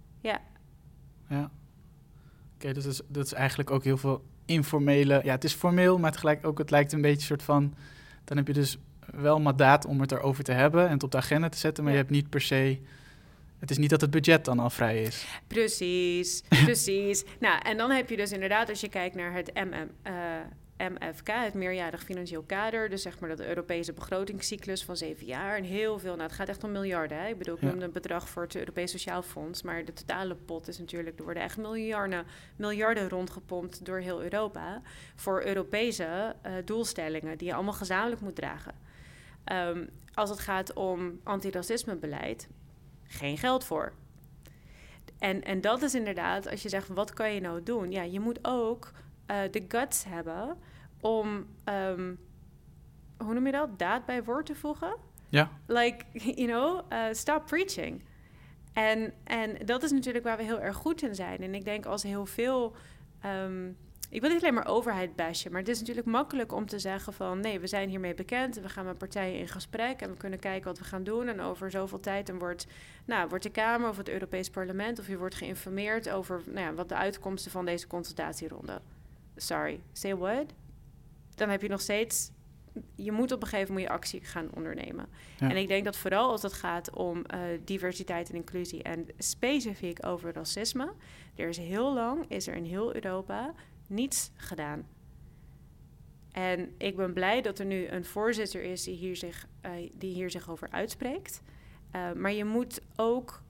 Oké, dus dat is eigenlijk ook heel veel informele... Ja, het is formeel, maar tegelijk ook... het lijkt een beetje soort van... dan heb je dus wel mandaat om het erover te hebben... en het op de agenda te zetten, maar je hebt niet per se... Het is niet dat het budget dan al vrij is. Precies. En dan heb je dus inderdaad... als je kijkt naar het MFK, het meerjarig financieel kader. Dus zeg maar dat de Europese begrotingscyclus van 7 jaar. En heel veel, het gaat echt om miljarden. Hè? Ik bedoel, ik noemde een bedrag voor het Europees Sociaal Fonds. Maar de totale pot is natuurlijk, er worden echt miljarden rondgepompt door heel Europa. Voor Europese doelstellingen die je allemaal gezamenlijk moet dragen. Als het gaat om antiracismebeleid, geen geld voor. En dat is inderdaad, als je zegt, wat kan je nou doen? Ja, je moet ook de guts hebben om, hoe noem je dat? Daad bij woord te voegen? Ja. Like, stop preaching. En dat is natuurlijk waar we heel erg goed in zijn. En ik denk als heel veel... ik wil niet alleen maar overheid bashen, maar het is natuurlijk makkelijk om te zeggen van... nee, we zijn hiermee bekend en we gaan met partijen in gesprek... en we kunnen kijken wat we gaan doen. En over zoveel tijd dan wordt de Kamer of het Europees Parlement... of je wordt geïnformeerd over wat de uitkomsten van deze consultatieronde. Sorry, say what? Dan heb je nog steeds... Je moet op een gegeven moment actie gaan ondernemen. Ja. En ik denk dat vooral als het gaat om diversiteit en inclusie... en specifiek over racisme... is er in heel Europa niets gedaan. En ik ben blij dat er nu een voorzitter is die hier zich over uitspreekt. Maar je moet ook...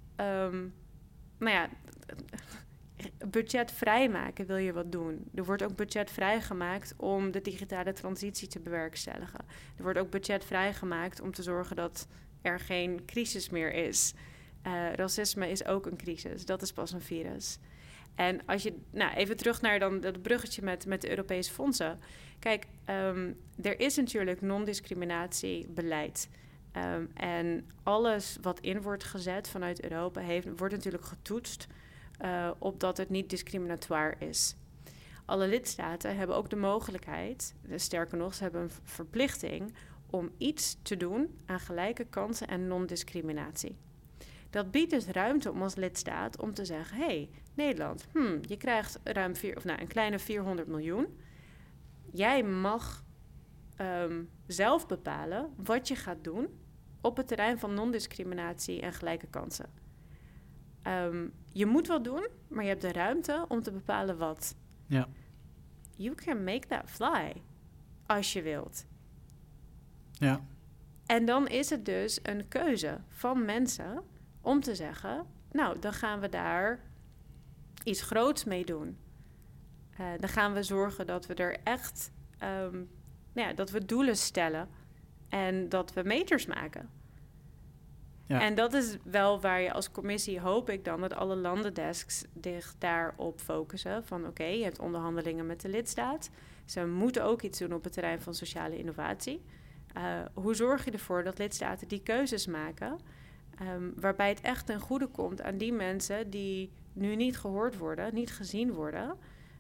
budget vrijmaken wil je wat doen. Er wordt ook budget vrijgemaakt om de digitale transitie te bewerkstelligen. Er wordt ook budget vrijgemaakt om te zorgen dat er geen crisis meer is. Racisme is ook een crisis. Dat is pas een virus. En als je, even terug naar dan dat bruggetje met de Europese fondsen. Kijk, er is natuurlijk non-discriminatiebeleid. En alles wat in wordt gezet vanuit Europa wordt natuurlijk getoetst... opdat het niet discriminatoire is. Alle lidstaten hebben ook de mogelijkheid, sterker nog, ze hebben een verplichting... om iets te doen aan gelijke kansen en non-discriminatie. Dat biedt dus ruimte om als lidstaat om te zeggen... hey, Nederland, je krijgt een kleine 400 miljoen. Jij mag zelf bepalen wat je gaat doen... op het terrein van non-discriminatie en gelijke kansen. Je moet wat doen, maar je hebt de ruimte om te bepalen wat. Ja. You can make that fly, als je wilt. Ja. En dan is het dus een keuze van mensen om te zeggen... dan gaan we daar iets groots mee doen. Dan gaan we zorgen dat we er echt... dat we doelen stellen en dat we meters maken. Ja. En dat is wel waar je als commissie, hoop ik dan... dat alle landendesks zich daarop focussen. Van oké, je hebt onderhandelingen met de lidstaat. Ze moeten ook iets doen op het terrein van sociale innovatie. Hoe zorg je ervoor dat lidstaten die keuzes maken... waarbij het echt ten goede komt aan die mensen... die nu niet gehoord worden, niet gezien worden...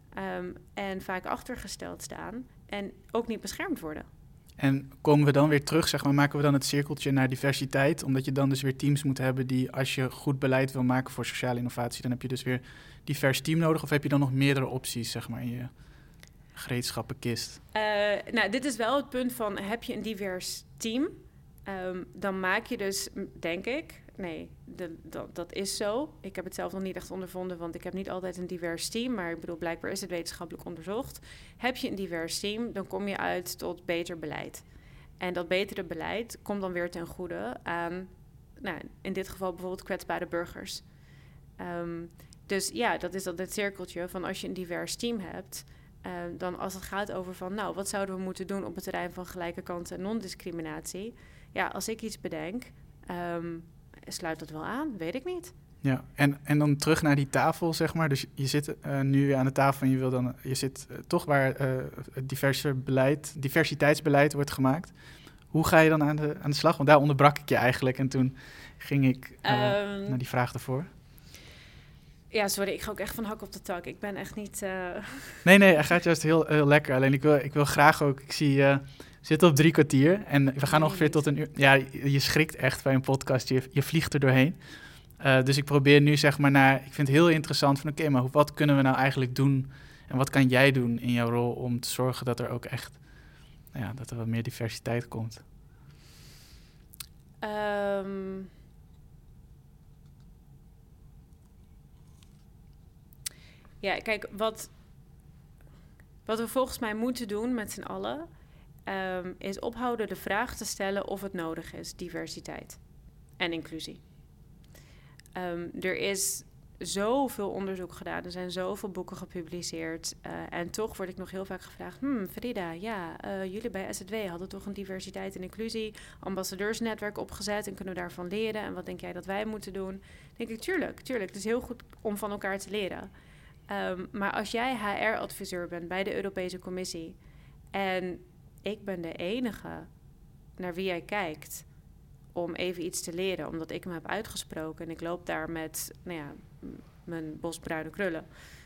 en vaak achtergesteld staan en ook niet beschermd worden. En komen we dan weer terug, zeg maar, maken we dan het cirkeltje naar diversiteit? Omdat je dan dus weer teams moet hebben die, als je goed beleid wil maken voor sociale innovatie... dan heb je dus weer divers team nodig? Of heb je dan nog meerdere opties, zeg maar, in je gereedschappenkist? Dit is wel het punt van, heb je een divers team? Dan maak je dus, denk ik... Nee, dat is zo. Ik heb het zelf nog niet echt ondervonden, want ik heb niet altijd een divers team. Maar ik bedoel, blijkbaar is het wetenschappelijk onderzocht. Heb je een divers team, dan kom je uit tot beter beleid. En dat betere beleid komt dan weer ten goede aan, in dit geval bijvoorbeeld kwetsbare burgers. Dus ja, dat is dat cirkeltje van als je een divers team hebt... dan als het gaat over van, wat zouden we moeten doen op het terrein van gelijke kansen en non-discriminatie? Ja, als ik iets bedenk... sluit dat wel aan? Weet ik niet. Ja, en dan terug naar die tafel, zeg maar. Dus je zit nu weer aan de tafel en je zit toch waar het diversiteitsbeleid wordt gemaakt. Hoe ga je dan aan de slag? Want daar onderbrak ik je eigenlijk en toen ging ik naar die vraag ervoor. Ja, sorry, ik ga ook echt van hak op de tak. Ik ben echt niet... Nee, hij gaat juist heel, heel lekker. Alleen ik wil graag ook... Ik zie... zitten op 3 kwartier en we gaan ongeveer tot 1 uur. Ja, je schrikt echt bij een podcast, je vliegt er doorheen. Dus ik probeer nu zeg maar ik vind het heel interessant van oké, maar wat kunnen we nou eigenlijk doen? En wat kan jij doen in jouw rol om te zorgen dat er ook echt, dat er wat meer diversiteit komt? Ja, kijk, Wat we volgens mij moeten doen met z'n allen, is ophouden de vraag te stellen of het nodig is, diversiteit en inclusie. Er is zoveel onderzoek gedaan, er zijn zoveel boeken gepubliceerd. En toch word ik nog heel vaak gevraagd, Farida, jullie bij SZW hadden toch een diversiteit en inclusie ambassadeursnetwerk opgezet en kunnen we daarvan leren? En wat denk jij dat wij moeten doen? Dan denk ik, tuurlijk. Het is heel goed om van elkaar te leren. Maar als jij HR-adviseur bent bij de Europese Commissie en ik ben de enige naar wie jij kijkt om even iets te leren, omdat ik me heb uitgesproken en ik loop daar met mijn bosbruine krullen,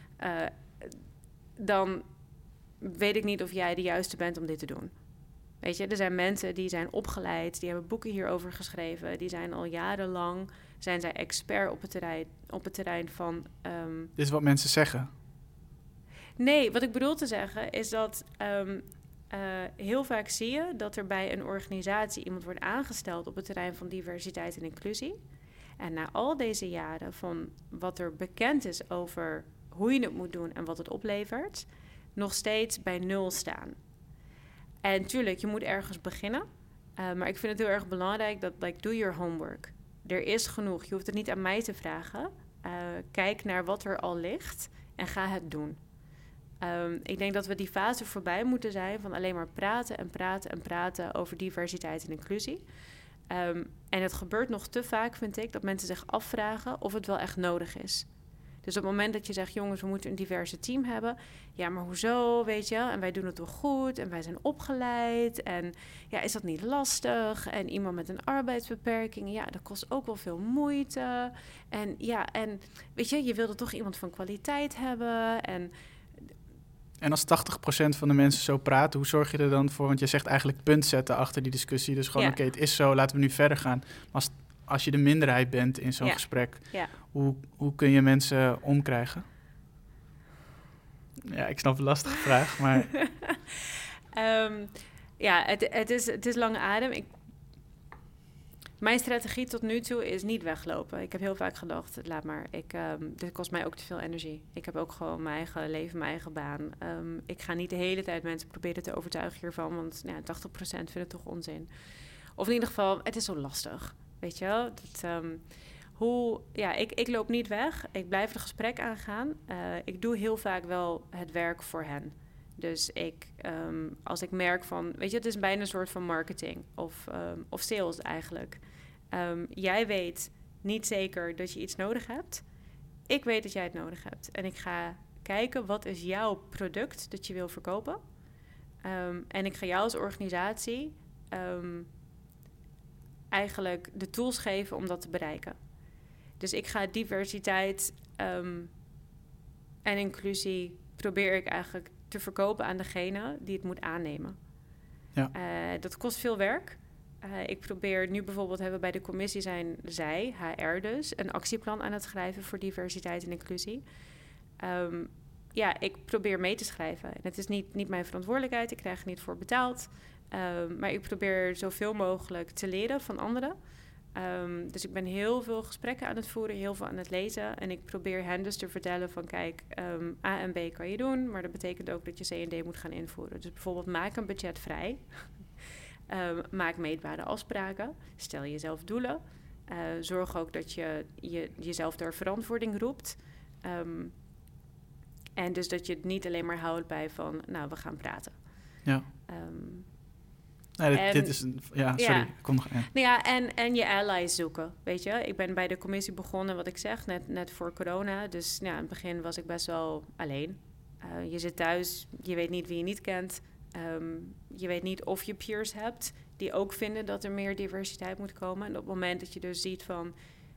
dan weet ik niet of jij de juiste bent om dit te doen. Weet je, er zijn mensen die zijn opgeleid, die hebben boeken hierover geschreven, die zijn al jarenlang, zijn zij expert op het terrein van... Dit is wat mensen zeggen. Nee, wat ik bedoel te zeggen is dat heel vaak zie je dat er bij een organisatie iemand wordt aangesteld op het terrein van diversiteit en inclusie. En na al deze jaren van wat er bekend is over hoe je het moet doen en wat het oplevert, nog steeds bij 0 staan. En tuurlijk, je moet ergens beginnen. Maar ik vind het heel erg belangrijk dat, doe your homework. Er is genoeg. Je hoeft het niet aan mij te vragen. Kijk naar wat er al ligt en ga het doen. Ik denk dat we die fase voorbij moeten zijn van alleen maar praten over diversiteit en inclusie. En het gebeurt nog te vaak, vind ik, dat mensen zich afvragen of het wel echt nodig is. Dus op het moment dat je zegt, jongens, we moeten een diverse team hebben. Ja, maar hoezo, weet je? En wij doen het toch goed en wij zijn opgeleid. En ja, is dat niet lastig? En iemand met een arbeidsbeperking, ja, dat kost ook wel veel moeite. En ja, en weet je wilde toch iemand van kwaliteit hebben. En als 80% van de mensen zo praten, hoe zorg je er dan voor? Want je zegt eigenlijk punt zetten achter die discussie. Dus gewoon, oké, het is zo, laten we nu verder gaan. Maar als je de minderheid bent in zo'n gesprek, hoe kun je mensen omkrijgen? Ja, ik snap een lastige vraag, maar... Het is lange adem. Mijn strategie tot nu toe is niet weglopen. Ik heb heel vaak gedacht, laat maar. Dit kost mij ook te veel energie. Ik heb ook gewoon mijn eigen leven, mijn eigen baan. Ik ga niet de hele tijd mensen proberen te overtuigen hiervan, want 80% vindt het toch onzin. Of in ieder geval, het is zo lastig. Weet je wel? Ik loop niet weg. Ik blijf het gesprek aangaan. Ik doe heel vaak wel het werk voor hen. Dus als ik merk van... Weet je, het is bijna een soort van marketing of sales eigenlijk. Jij weet niet zeker dat je iets nodig hebt. Ik weet dat jij het nodig hebt. En ik ga kijken, wat is jouw product dat je wil verkopen? En ik ga jou als organisatie... eigenlijk de tools geven om dat te bereiken. Dus ik ga diversiteit en inclusie probeer ik eigenlijk te verkopen aan degene die het moet aannemen. Ja. Dat kost veel werk. Ik probeer nu bijvoorbeeld, hebben bij de commissie zijn zij, HR dus, een actieplan aan het schrijven voor diversiteit en inclusie. Ik probeer mee te schrijven. En het is niet mijn verantwoordelijkheid, ik krijg er niet voor betaald. Maar ik probeer zoveel mogelijk te leren van anderen. Dus ik ben heel veel gesprekken aan het voeren, heel veel aan het lezen. En ik probeer hen dus te vertellen van kijk, A en B kan je doen, maar dat betekent ook dat je C en D moet gaan invoeren. Dus bijvoorbeeld maak een budget vrij. Maak meetbare afspraken. Stel jezelf doelen. Zorg ook dat je jezelf door verantwoording roept. En dus dat je het niet alleen maar houdt bij van, nou, we gaan praten. Ja. Dit is een... Ja, sorry. Kom nog aan. En je allies zoeken, weet je. Ik ben bij de commissie begonnen, wat ik zeg, net voor corona. Dus in het begin was ik best wel alleen. Je zit thuis, je weet niet wie je niet kent. Je weet niet of je peers hebt die ook vinden dat er meer diversiteit moet komen. En op het moment dat je dus ziet van...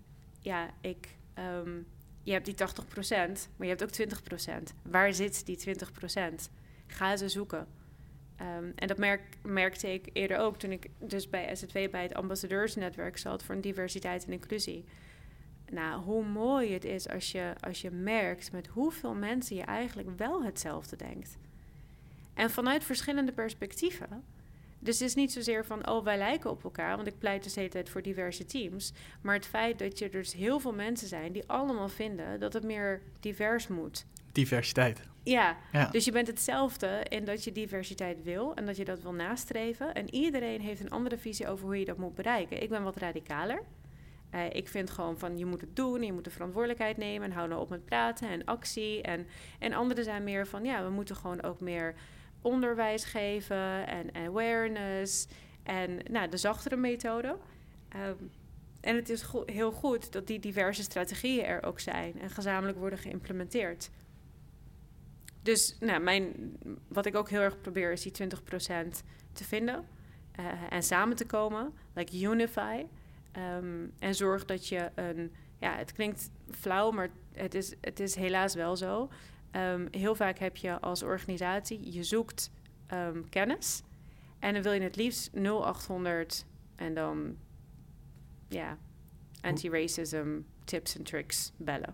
je hebt die 80%, maar je hebt ook 20%. Waar zit die 20%? Ga ze zoeken. En dat merkte ik eerder ook toen ik dus bij SZW bij het ambassadeursnetwerk zat voor een diversiteit en inclusie. Nou, hoe mooi het is als je merkt met hoeveel mensen je eigenlijk wel hetzelfde denkt. En vanuit verschillende perspectieven. Dus het is niet zozeer van, wij lijken op elkaar, want ik pleit dus de hele tijd voor diverse teams. Maar het feit dat er dus heel veel mensen zijn die allemaal vinden dat het meer divers moet. Diversiteit. Ja, dus je bent hetzelfde in dat je diversiteit wil en dat je dat wil nastreven. En iedereen heeft een andere visie over hoe je dat moet bereiken. Ik ben wat radicaler. Ik vind gewoon van je moet het doen, je moet de verantwoordelijkheid nemen en hou nou op met praten en actie. En anderen zijn meer van we moeten gewoon ook meer onderwijs geven en awareness en de zachtere methode. En het is heel goed dat die diverse strategieën er ook zijn en gezamenlijk worden geïmplementeerd. Dus wat ik ook heel erg probeer is die 20% te vinden en samen te komen, like unify. En zorg dat je het klinkt flauw, maar het is helaas wel zo. Heel vaak heb je als organisatie, je zoekt kennis en dan wil je het liefst 0800 en dan anti-racism tips en tricks bellen.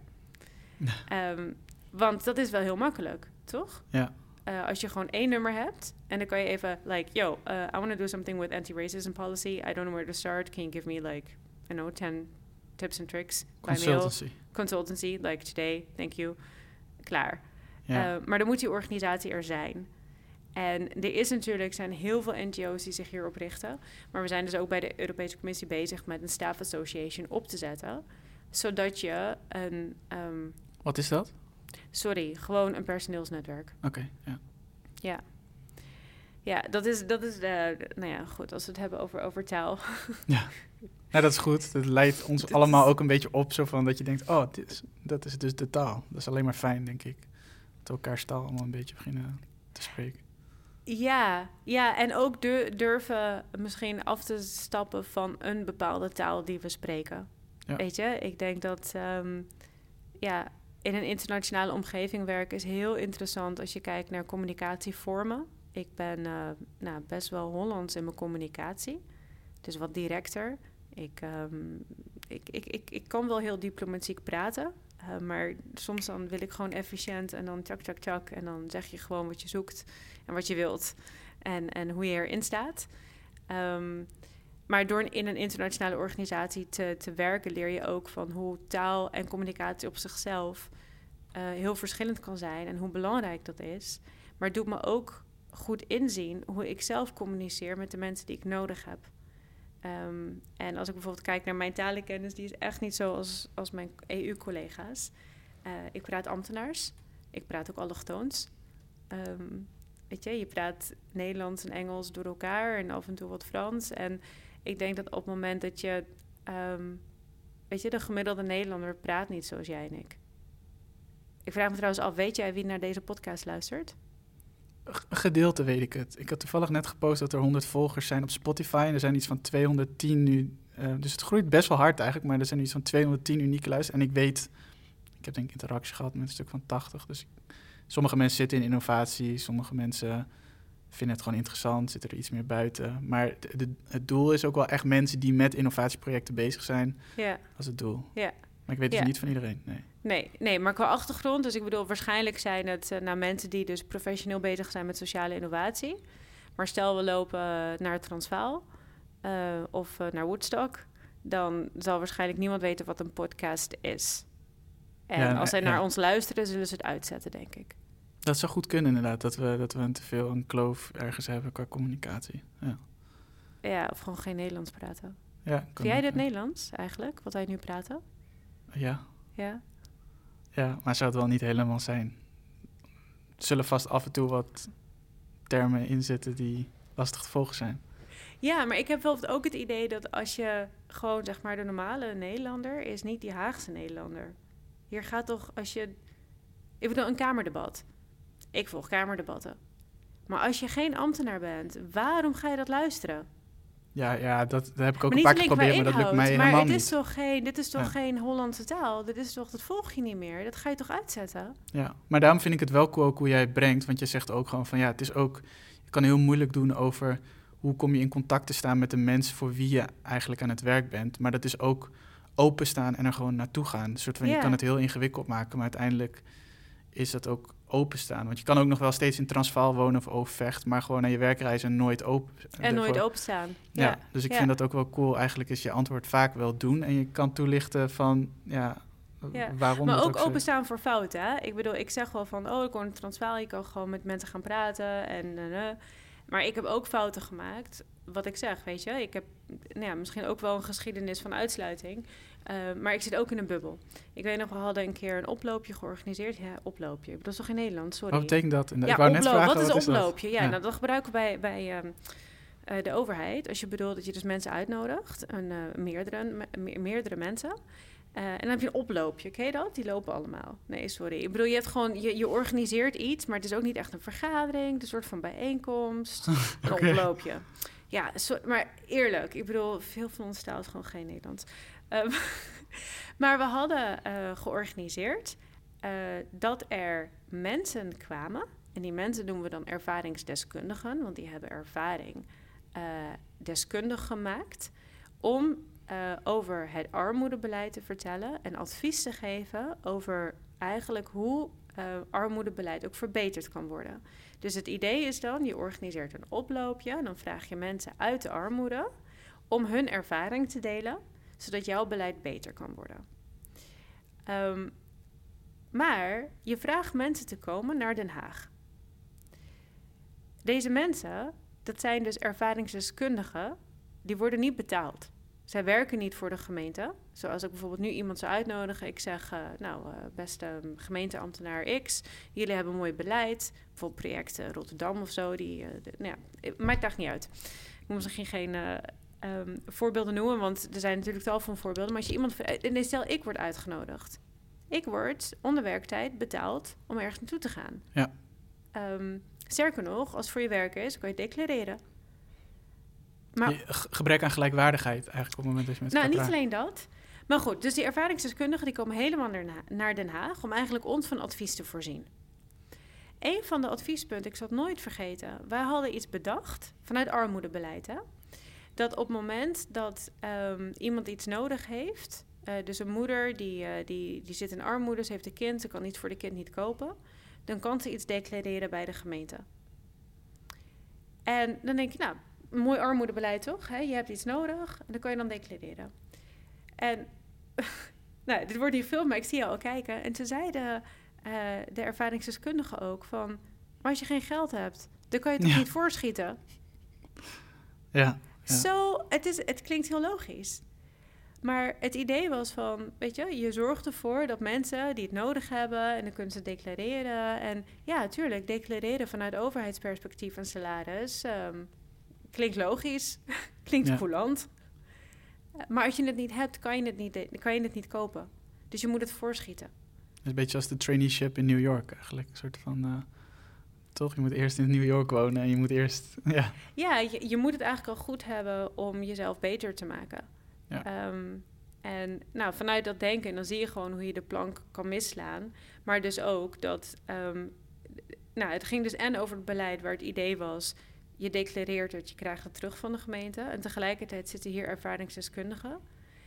Want dat is wel heel makkelijk, toch? Ja. Als je gewoon 1 nummer hebt en dan kan je even I want to do something with anti-racism policy. I don't know where to start. Can you give me 10 tips and tricks? Consultancy, like today. Thank you. Klaar. Ja. Maar dan moet die organisatie er zijn. En er zijn heel veel NGO's die zich hierop richten. Maar we zijn dus ook bij de Europese Commissie bezig met een staff association op te zetten. Zodat je een... Wat is dat? Sorry, gewoon een personeelsnetwerk. Oké, ja. Ja, dat is goed, als we het hebben over taal. Ja, dat is goed. Dat leidt ons allemaal ook een beetje op, zo van dat je denkt, dat is dus de taal. Dat is alleen maar fijn, denk ik. Dat we elkaars taal allemaal een beetje beginnen te spreken. Ja, en ook durven misschien af te stappen van een bepaalde taal die we spreken. Ja. Weet je, ik denk dat in een internationale omgeving werken is heel interessant als je kijkt naar communicatievormen. Ik ben best wel Hollands in mijn communicatie, dus wat directer. Ik kan wel heel diplomatiek praten, maar soms dan wil ik gewoon efficiënt en dan tjak en dan zeg je gewoon wat je zoekt en wat je wilt en hoe je erin staat. Maar door in een internationale organisatie te werken leer je ook van hoe taal en communicatie op zichzelf heel verschillend kan zijn en hoe belangrijk dat is. Maar het doet me ook goed inzien hoe ik zelf communiceer met de mensen die ik nodig heb. En als ik bijvoorbeeld kijk naar mijn talenkennis, die is echt niet zo als mijn EU-collega's. Ik praat ambtenaars, ik praat ook allochtoons. Je praat Nederlands en Engels door elkaar en af en toe wat Frans. En ik denk dat op het moment dat je... de gemiddelde Nederlander praat niet zoals jij en ik. Ik vraag me trouwens af, weet jij wie naar deze podcast luistert? Een gedeelte weet ik het. Ik had toevallig net gepost dat er 100 volgers zijn op Spotify. En er zijn iets van 210 nu. Dus het groeit best wel hard eigenlijk. Maar er zijn iets van 210 unieke luisteraars. En ik weet, ik heb denk ik interactie gehad met een stuk van 80. Dus sommige mensen zitten in innovatie. Sommige mensen vinden het gewoon interessant. Zitten er iets meer buiten. Maar het doel is ook wel echt mensen die met innovatieprojecten bezig zijn. Ja. Als het doel. Ja. Maar ik weet dus niet van iedereen, Nee, maar qua achtergrond, dus ik bedoel, waarschijnlijk zijn het mensen die dus professioneel bezig zijn met sociale innovatie. Maar stel we lopen naar Transvaal of naar Woodstock, dan zal waarschijnlijk niemand weten wat een podcast is. En als zij naar ons luisteren, zullen ze het uitzetten, denk ik. Dat zou goed kunnen inderdaad, dat we te veel een kloof ergens hebben qua communicatie. Ja, of gewoon geen Nederlands praten. Ja, vind jij dit Nederlands eigenlijk, wat wij nu praten? Ja. Ja? Ja, maar zou het wel niet helemaal zijn. Er zullen vast af en toe wat termen in zitten die lastig te volgen zijn. Ja, maar ik heb wel ook het idee dat als je gewoon, zeg maar, de normale Nederlander is niet die Haagse Nederlander. Hier gaat toch, ik bedoel, een kamerdebat. Ik volg kamerdebatten. Maar als je geen ambtenaar bent, waarom ga je dat luisteren? Ja, dat heb ik ook een paar keer geprobeerd, maar dat lukt mij helemaal niet. Maar dit is toch geen Hollandse taal? Dat volg je niet meer. Dat ga je toch uitzetten? Ja, maar daarom vind ik het wel cool ook hoe jij het brengt. Want je zegt ook gewoon van het is ook... Je kan heel moeilijk doen over hoe kom je in contact te staan met de mensen voor wie je eigenlijk aan het werk bent. Maar dat is ook openstaan en er gewoon naartoe gaan. Een soort van, je kan het heel ingewikkeld maken, maar uiteindelijk is dat ook openstaan. Want je kan ook nog wel steeds in Transvaal wonen of Overvecht, maar gewoon naar je werkreizen nooit open. En nooit openstaan. Ja, dus ik vind dat ook wel cool. Eigenlijk is je antwoord vaak wel doen. En je kan toelichten van, waarom maar dat ook zo... openstaan voor fouten. Hè? Ik bedoel, ik zeg wel van... ik woon in Transvaal, je kan gewoon met mensen gaan praten. Maar ik heb ook fouten gemaakt. Wat ik zeg, weet je. Ik heb misschien ook wel een geschiedenis van uitsluiting. Maar ik zit ook in een bubbel. Ik weet nog, we hadden een keer een oploopje georganiseerd. Ja, oploopje. Dat is toch in Nederland, sorry. Wat betekent dat? Ik wou net vragen, wat is oploopje? Dat? Ja, nou, dat gebruiken we bij de overheid. Als je bedoelt dat je dus mensen uitnodigt. Meerdere mensen. En dan heb je een oploopje. Ken je dat? Die lopen allemaal. Nee, sorry. Ik bedoel, je hebt gewoon... Je organiseert iets, maar het is ook niet echt een vergadering. Het is een soort van bijeenkomst. Een oploopje. Ja, maar eerlijk. Ik bedoel, veel van ons taal is gewoon geen Nederlands. Maar we hadden georganiseerd dat er mensen kwamen. En die mensen noemen we dan ervaringsdeskundigen. Want die hebben ervaring deskundig gemaakt. Om over het armoedebeleid te vertellen. En advies te geven over eigenlijk hoe armoedebeleid ook verbeterd kan worden. Dus het idee is dan, je organiseert een oploopje. En dan vraag je mensen uit de armoede om hun ervaring te delen, zodat jouw beleid beter kan worden. Maar je vraagt mensen te komen naar Den Haag. Deze mensen, dat zijn dus ervaringsdeskundigen, die worden niet betaald. Zij werken niet voor de gemeente. Zoals ik bijvoorbeeld nu iemand zou uitnodigen. Ik zeg, beste gemeenteambtenaar X, jullie hebben een mooi beleid. Bijvoorbeeld projecten Rotterdam of zo. Maakt daar niet uit. Ik moet misschien geen voorbeelden noemen, want er zijn natuurlijk tal van voorbeelden. Maar als je stel, ik word uitgenodigd. Ik word onder werktijd betaald om ergens naartoe te gaan. Ja. Sterker nog, als het voor je werk is, kan je het declareren. Maar, gebrek aan gelijkwaardigheid eigenlijk op het moment dat je met elkaar praat. Niet alleen dat. Maar goed, dus die ervaringsdeskundigen die komen helemaal naar Den Haag om eigenlijk ons van advies te voorzien. Een van de adviespunten, ik zal het nooit vergeten, wij hadden iets bedacht vanuit armoedebeleid. Hè? Dat op het moment dat iemand iets nodig heeft, dus een moeder die zit in armoede, ze heeft een kind, ze kan iets voor de kind niet kopen, dan kan ze iets declareren bij de gemeente. En dan denk je, een mooi armoedebeleid toch? Hè? Je hebt iets nodig en dan kan je dan declareren. En dit wordt niet veel, maar ik zie je al kijken. En toen zeiden de ervaringsdeskundigen ook van, maar als je geen geld hebt, dan kan je het toch niet voorschieten? Ja. Het klinkt heel logisch. Maar het idee was van, weet je zorgt ervoor dat mensen die het nodig hebben en dan kunnen ze declareren. En ja, natuurlijk, declareren vanuit overheidsperspectief een salaris klinkt logisch, klinkt coulant. Maar als je het niet hebt, kan je het niet kopen. Dus je moet het voorschieten. Het is een beetje als de traineeship in New York eigenlijk. Een soort van, toch? Je moet eerst in New York wonen en je moet eerst... Ja, je moet het eigenlijk al goed hebben om jezelf beter te maken. Ja. En vanuit dat denken, dan zie je gewoon hoe je de plank kan misslaan. Maar dus ook dat... het ging dus over het beleid waar het idee was, je declareert het, je krijgt het terug van de gemeente. En tegelijkertijd zitten hier ervaringsdeskundigen.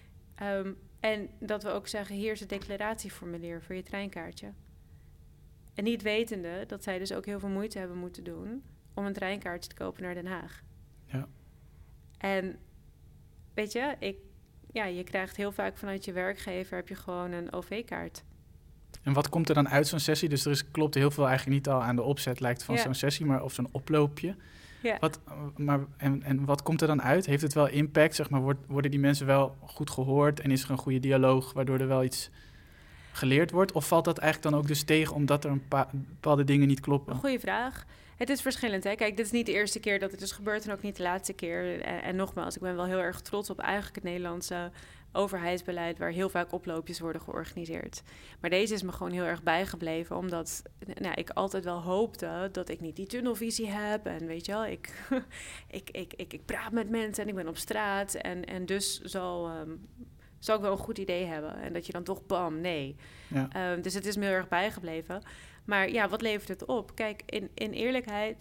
En dat we ook zeggen, hier is het declaratieformulier voor je treinkaartje. En niet wetende dat zij dus ook heel veel moeite hebben moeten doen om een treinkaartje te kopen naar Den Haag. Ja. En weet je, je krijgt heel vaak vanuit je werkgever heb je gewoon een OV-kaart. En wat komt er dan uit zo'n sessie? Dus klopt heel veel eigenlijk niet al aan de opzet, lijkt van zo'n sessie, maar of zo'n oploopje. Ja. En wat komt er dan uit? Heeft het wel impact? Zeg maar, worden die mensen wel goed gehoord en is er een goede dialoog waardoor er wel iets geleerd wordt? Of valt dat eigenlijk dan ook dus tegen omdat er bepaalde dingen niet kloppen? Goeie vraag. Het is verschillend. Hè? Kijk, dit is niet de eerste keer dat het is gebeurd en ook niet de laatste keer. En nogmaals, ik ben wel heel erg trots op eigenlijk het Nederlandse overheidsbeleid waar heel vaak oploopjes worden georganiseerd. Maar deze is me gewoon heel erg bijgebleven, omdat ik altijd wel hoopte dat ik niet die tunnelvisie heb. En weet je wel, ik praat met mensen en ik ben op straat en dus zal ik wel een goed idee hebben. En dat je dan toch, bam, nee. Ja. Dus het is me heel erg bijgebleven. Maar ja, wat levert het op? Kijk, in eerlijkheid,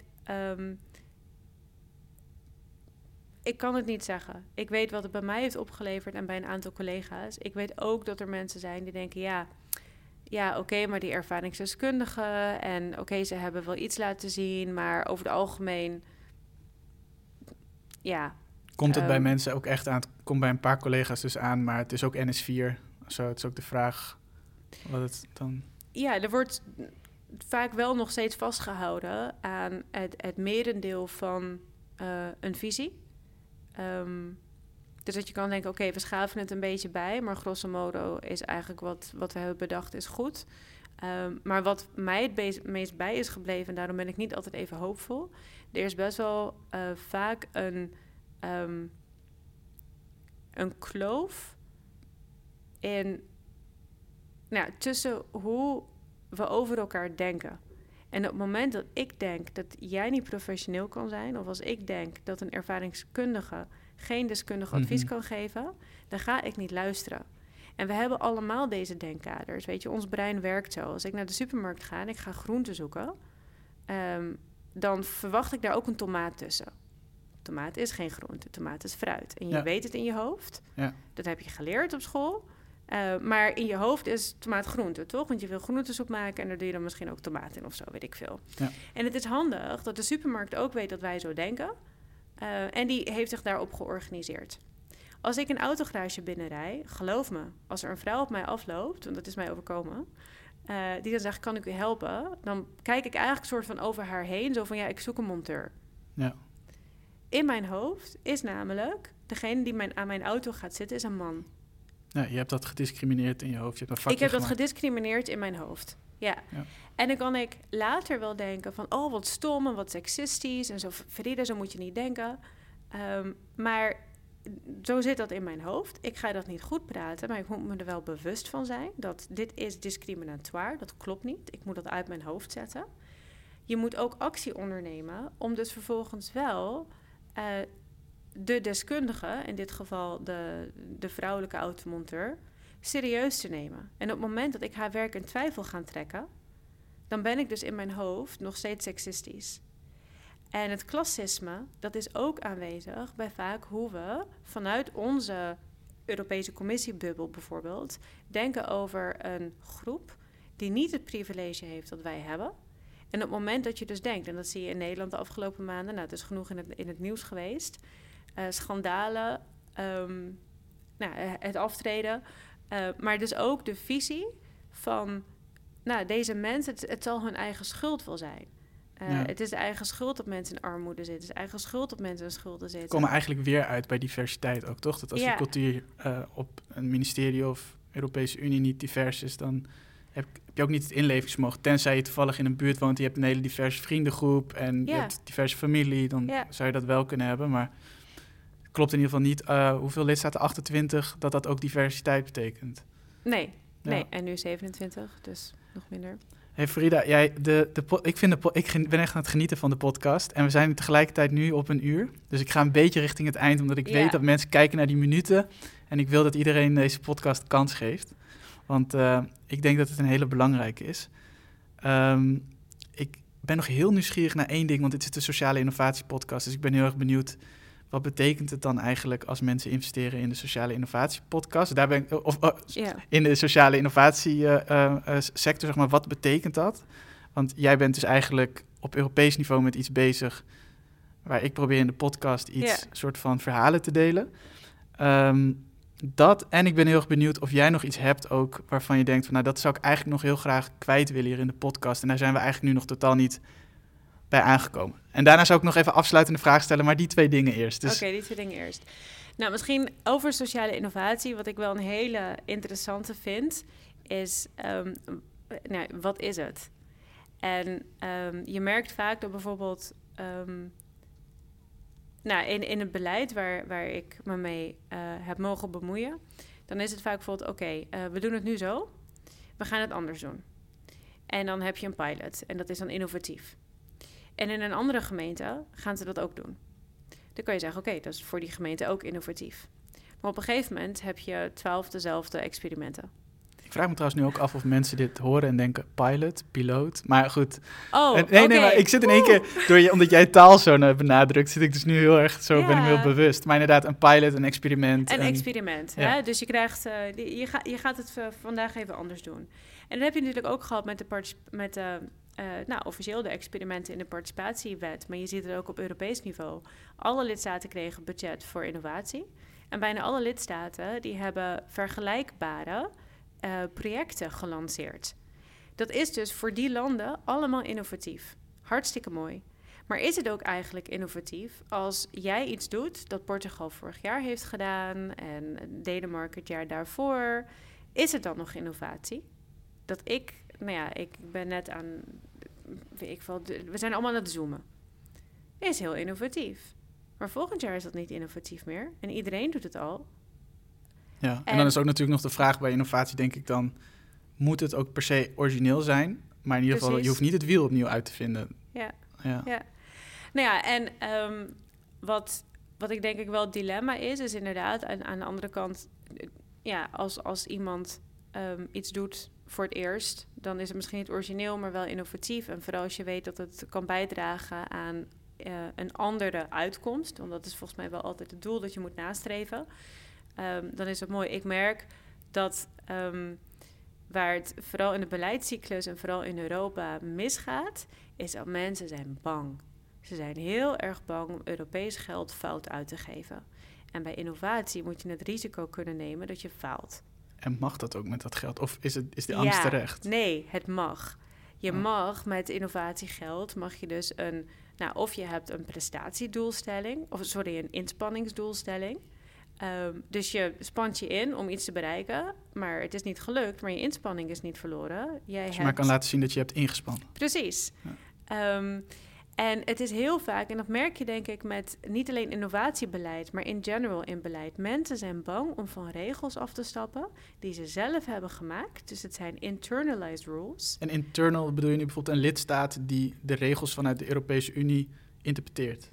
ik kan het niet zeggen. Ik weet wat het bij mij heeft opgeleverd en bij een aantal collega's. Ik weet ook dat er mensen zijn die denken, oké, maar die ervaringsdeskundigen en oké, ze hebben wel iets laten zien, maar over het algemeen, Komt het bij mensen ook echt aan? Het komt bij een paar collega's dus aan, maar het is ook NS4. Zo, het is ook de vraag wat het dan... Ja, er wordt vaak wel nog steeds vastgehouden aan het merendeel van een visie. Dus dat je kan denken, oké, we schaven het een beetje bij, maar grosso modo is eigenlijk wat we hebben bedacht is goed. Maar wat mij het meest bij is gebleven, en daarom ben ik niet altijd even hoopvol, er is best wel vaak een kloof tussen hoe we over elkaar denken. En op het moment dat ik denk dat jij niet professioneel kan zijn, of als ik denk dat een ervaringskundige geen deskundig advies kan geven, dan ga ik niet luisteren. En we hebben allemaal deze denkkaders. Weet je, ons brein werkt zo. Als ik naar de supermarkt ga en ik ga groenten zoeken, dan verwacht ik daar ook een tomaat tussen. Tomaat is geen groente, tomaat is fruit. En je weet het in je hoofd. Ja. Dat heb je geleerd op school. Maar in je hoofd is tomaat groente, toch? Want je wil groentesoep maken en daar doe je dan misschien ook tomaat in of zo, weet ik veel. Ja. En het is handig dat de supermarkt ook weet dat wij zo denken. En die heeft zich daarop georganiseerd. Als ik een autogarage binnenrij, geloof me, als er een vrouw op mij afloopt, want dat is mij overkomen, die dan zegt, kan ik u helpen? Dan kijk ik eigenlijk een soort van over haar heen, zo van, ja, ik zoek een monteur. Ja. In mijn hoofd is namelijk, degene die aan mijn auto gaat zitten, is een man. Ja, je hebt dat gediscrimineerd in je hoofd. Je hebt ik heb dat gediscrimineerd in mijn hoofd, ja. En dan kan ik later wel denken van, oh, wat stom en wat seksistisch en zo, Farida, zo moet je niet denken. Maar zo zit dat in mijn hoofd. Ik ga dat niet goed praten, maar ik moet me er wel bewust van zijn dat dit is discriminatoire. Dat klopt niet. Ik moet dat uit mijn hoofd zetten. Je moet ook actie ondernemen om dus vervolgens wel de deskundige, in dit geval de vrouwelijke automonteur, serieus te nemen. En op het moment dat ik haar werk in twijfel ga trekken, dan ben ik dus in mijn hoofd nog steeds seksistisch. En het klassisme, dat is ook aanwezig bij vaak hoe we vanuit onze Europese Commissiebubbel bijvoorbeeld denken over een groep die niet het privilege heeft dat wij hebben. En op het moment dat je dus denkt, en dat zie je in Nederland de afgelopen maanden, het is genoeg in het nieuws geweest, schandalen, het aftreden, maar dus ook de visie van, deze mensen, het zal hun eigen schuld wel zijn. Het is de eigen schuld dat mensen in armoede zitten. Het is de eigen schuld dat mensen in schulden zitten. We komen eigenlijk weer uit bij diversiteit ook, toch? Dat als je cultuur op een ministerie of Europese Unie niet divers is, dan heb je ook niet het inlevingsvermogen. Tenzij je toevallig in een buurt woont, je hebt een hele diverse vriendengroep en je hebt diverse familie, dan zou je dat wel kunnen hebben. Maar het klopt in ieder geval niet, hoeveel lidstaten, 28, dat ook diversiteit betekent. Nee, en nu 27, dus nog minder. Hey Farida, ik ben echt aan het genieten van de podcast. En we zijn tegelijkertijd nu op 1 uur. Dus ik ga een beetje richting het eind, omdat ik weet dat mensen kijken naar die minuten. En ik wil dat iedereen deze podcast kans geeft. Want ik denk dat het een hele belangrijke is. Ik ben nog heel nieuwsgierig naar 1 ding, want dit is de Sociale Innovatie Podcast. Dus ik ben heel erg benieuwd, wat betekent het dan eigenlijk als mensen investeren in de Sociale Innovatie Podcast? Daar ben ik, in de sociale innovatie sector, zeg maar, wat betekent dat? Want jij bent dus eigenlijk op Europees niveau met iets bezig, waar ik probeer in de podcast soort van verhalen te delen. En ik ben heel erg benieuwd of jij nog iets hebt ook waarvan je denkt van, dat zou ik eigenlijk nog heel graag kwijt willen hier in de podcast. En daar zijn we eigenlijk nu nog totaal niet bij aangekomen. En daarna zou ik nog even afsluitende vraag stellen, maar die 2 dingen eerst. Dus... Oké, die 2 dingen eerst. Nou, misschien over sociale innovatie, wat ik wel een hele interessante vind, is, wat is het? En je merkt vaak dat bijvoorbeeld in het beleid waar ik me mee heb mogen bemoeien, dan is het vaak bijvoorbeeld, we doen het nu zo, we gaan het anders doen. En dan heb je een pilot en dat is dan innovatief. En in een andere gemeente gaan ze dat ook doen. Dan kan je zeggen, dat is voor die gemeente ook innovatief. Maar op een gegeven moment heb je 12 dezelfde experimenten. Ik vraag me trouwens nu ook af of mensen dit horen en denken, piloot. Maar goed. Nee, maar ik zit in één keer, omdat jij taal zo benadrukt, zit ik dus nu heel erg zo, ben ik heel bewust. Maar inderdaad, een pilot, een experiment. Een experiment, hè? Dus je krijgt, je gaat het vandaag even anders doen. En dat heb je natuurlijk ook gehad met officieel de experimenten in de participatiewet. Maar je ziet het ook op Europees niveau. Alle lidstaten kregen budget voor innovatie. En bijna alle lidstaten die hebben vergelijkbare projecten gelanceerd. Dat is dus voor die landen allemaal innovatief. Hartstikke mooi. Maar is het ook eigenlijk innovatief als jij iets doet dat Portugal vorig jaar heeft gedaan en Denemarken het jaar daarvoor? Is het dan nog innovatie? Ik ben net aan, we zijn allemaal aan het zoomen. Is heel innovatief. Maar volgend jaar is dat niet innovatief meer. En iedereen doet het al. Ja, en dan is ook natuurlijk nog de vraag bij innovatie, denk ik dan, moet het ook per se origineel zijn? Maar in ieder geval, je hoeft niet het wiel opnieuw uit te vinden. Ja. Nou ja, en wat ik denk ik wel het dilemma is inderdaad aan de andere kant, ja, als iemand iets doet voor het eerst, dan is het misschien niet origineel, maar wel innovatief. En vooral als je weet dat het kan bijdragen aan een andere uitkomst, want dat is volgens mij wel altijd het doel dat je moet nastreven, dan is het mooi. Ik merk dat waar het vooral in de beleidscyclus en vooral in Europa misgaat, is dat mensen zijn bang. Ze zijn heel erg bang om Europees geld fout uit te geven. En bij innovatie moet je het risico kunnen nemen dat je faalt. En mag dat ook met dat geld? Of is die angst terecht? Nee, het mag. Je mag met innovatiegeld, mag je dus of je hebt een prestatiedoelstelling, een inspanningsdoelstelling. Dus je spant je in om iets te bereiken, maar het is niet gelukt, maar je inspanning is niet verloren. Je maar kan laten zien dat je hebt ingespannen. Precies. Ja. En het is heel vaak, en dat merk je denk ik met niet alleen innovatiebeleid, maar in general in beleid. Mensen zijn bang om van regels af te stappen die ze zelf hebben gemaakt. Dus het zijn internalized rules. En internal bedoel je nu bijvoorbeeld een lidstaat die de regels vanuit de Europese Unie interpreteert?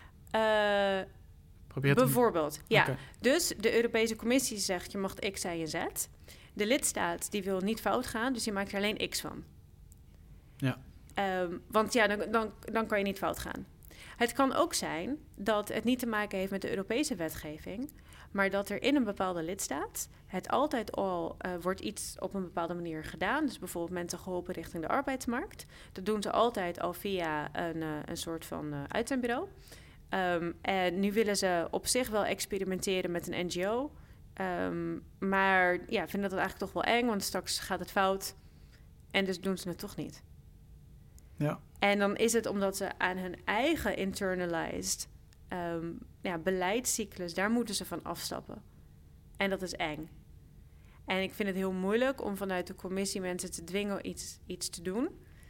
Bijvoorbeeld, ja. Okay. Dus de Europese Commissie zegt je mag X, Y en Z. De lidstaat die wil niet fout gaan, dus die maakt er alleen X van. Ja. Want ja, dan kan je niet fout gaan. Het kan ook zijn dat het niet te maken heeft met de Europese wetgeving, maar dat er in een bepaalde lidstaat het altijd al wordt iets op een bepaalde manier gedaan. Dus bijvoorbeeld mensen geholpen richting de arbeidsmarkt. Dat doen ze altijd al via een soort van uitzendbureau. En nu willen ze op zich wel experimenteren met een NGO. Maar ja, vinden dat eigenlijk toch wel eng, want straks gaat het fout. En dus doen ze het toch niet. Ja. En dan is het omdat ze aan hun eigen internalized beleidscyclus, daar moeten ze van afstappen. En dat is eng. En ik vind het heel moeilijk om vanuit de commissie mensen te dwingen iets te doen.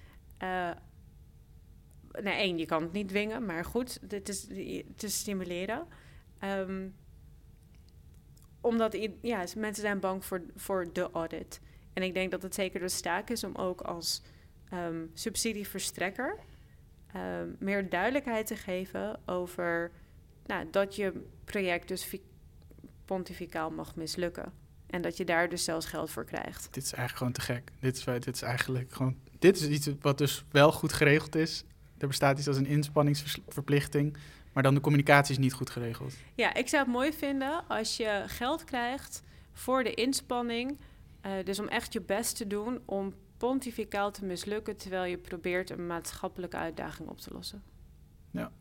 Je kan het niet dwingen, maar goed, het is te stimuleren. Omdat mensen zijn bang voor de audit. En ik denk dat het zeker de taak is om ook als subsidieverstrekker meer duidelijkheid te geven over dat je project dus pontificaal mag mislukken. En dat je daar dus zelfs geld voor krijgt. Dit is eigenlijk gewoon te gek. Dit is iets wat dus wel goed geregeld is. Er bestaat iets als een inspanningsverplichting, maar dan de communicatie is niet goed geregeld. Ja, ik zou het mooi vinden als je geld krijgt voor de inspanning. Dus om echt je best te doen om pontificaal te mislukken, terwijl je probeert een maatschappelijke uitdaging op te lossen. Ja.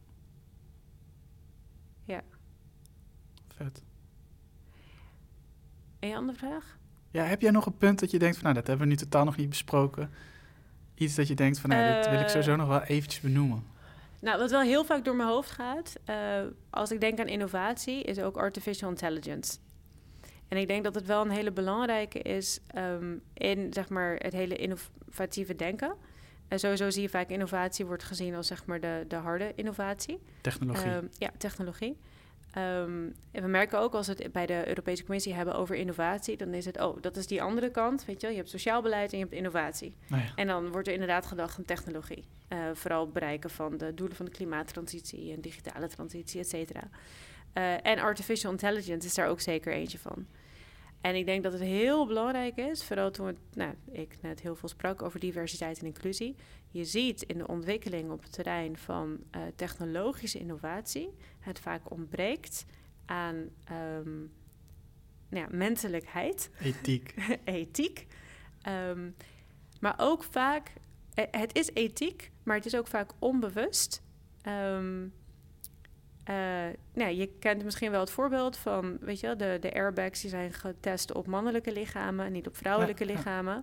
Ja. Vet. En je andere vraag? Ja, heb jij nog een punt dat je denkt van, dat hebben we nu totaal nog niet besproken? Iets dat je denkt van, dit wil ik sowieso nog wel eventjes benoemen. Nou, wat wel heel vaak door mijn hoofd gaat, als ik denk aan innovatie, is ook artificial intelligence. En ik denk dat het wel een hele belangrijke is in zeg maar, het hele innovatieve denken. Sowieso zie je vaak innovatie wordt gezien als zeg maar de harde innovatie. Technologie. Technologie. En we merken ook als we het bij de Europese Commissie hebben over innovatie, dan is het, dat is die andere kant, weet je wel. Je hebt sociaal beleid en je hebt innovatie. Nou ja. En dan wordt er inderdaad gedacht aan technologie. Vooral het bereiken van de doelen van de klimaattransitie en digitale transitie, et cetera. En artificial intelligence is daar ook zeker eentje van. En ik denk dat het heel belangrijk is, vooral toen ik net heel veel sprak over diversiteit en inclusie. Je ziet in de ontwikkeling op het terrein van technologische innovatie het vaak ontbreekt aan menselijkheid. Ethiek. Maar ook vaak, het is ethiek, maar het is ook vaak onbewust. je kent misschien wel het voorbeeld van, weet je, de airbags die zijn getest op mannelijke lichamen, niet op vrouwelijke lichamen.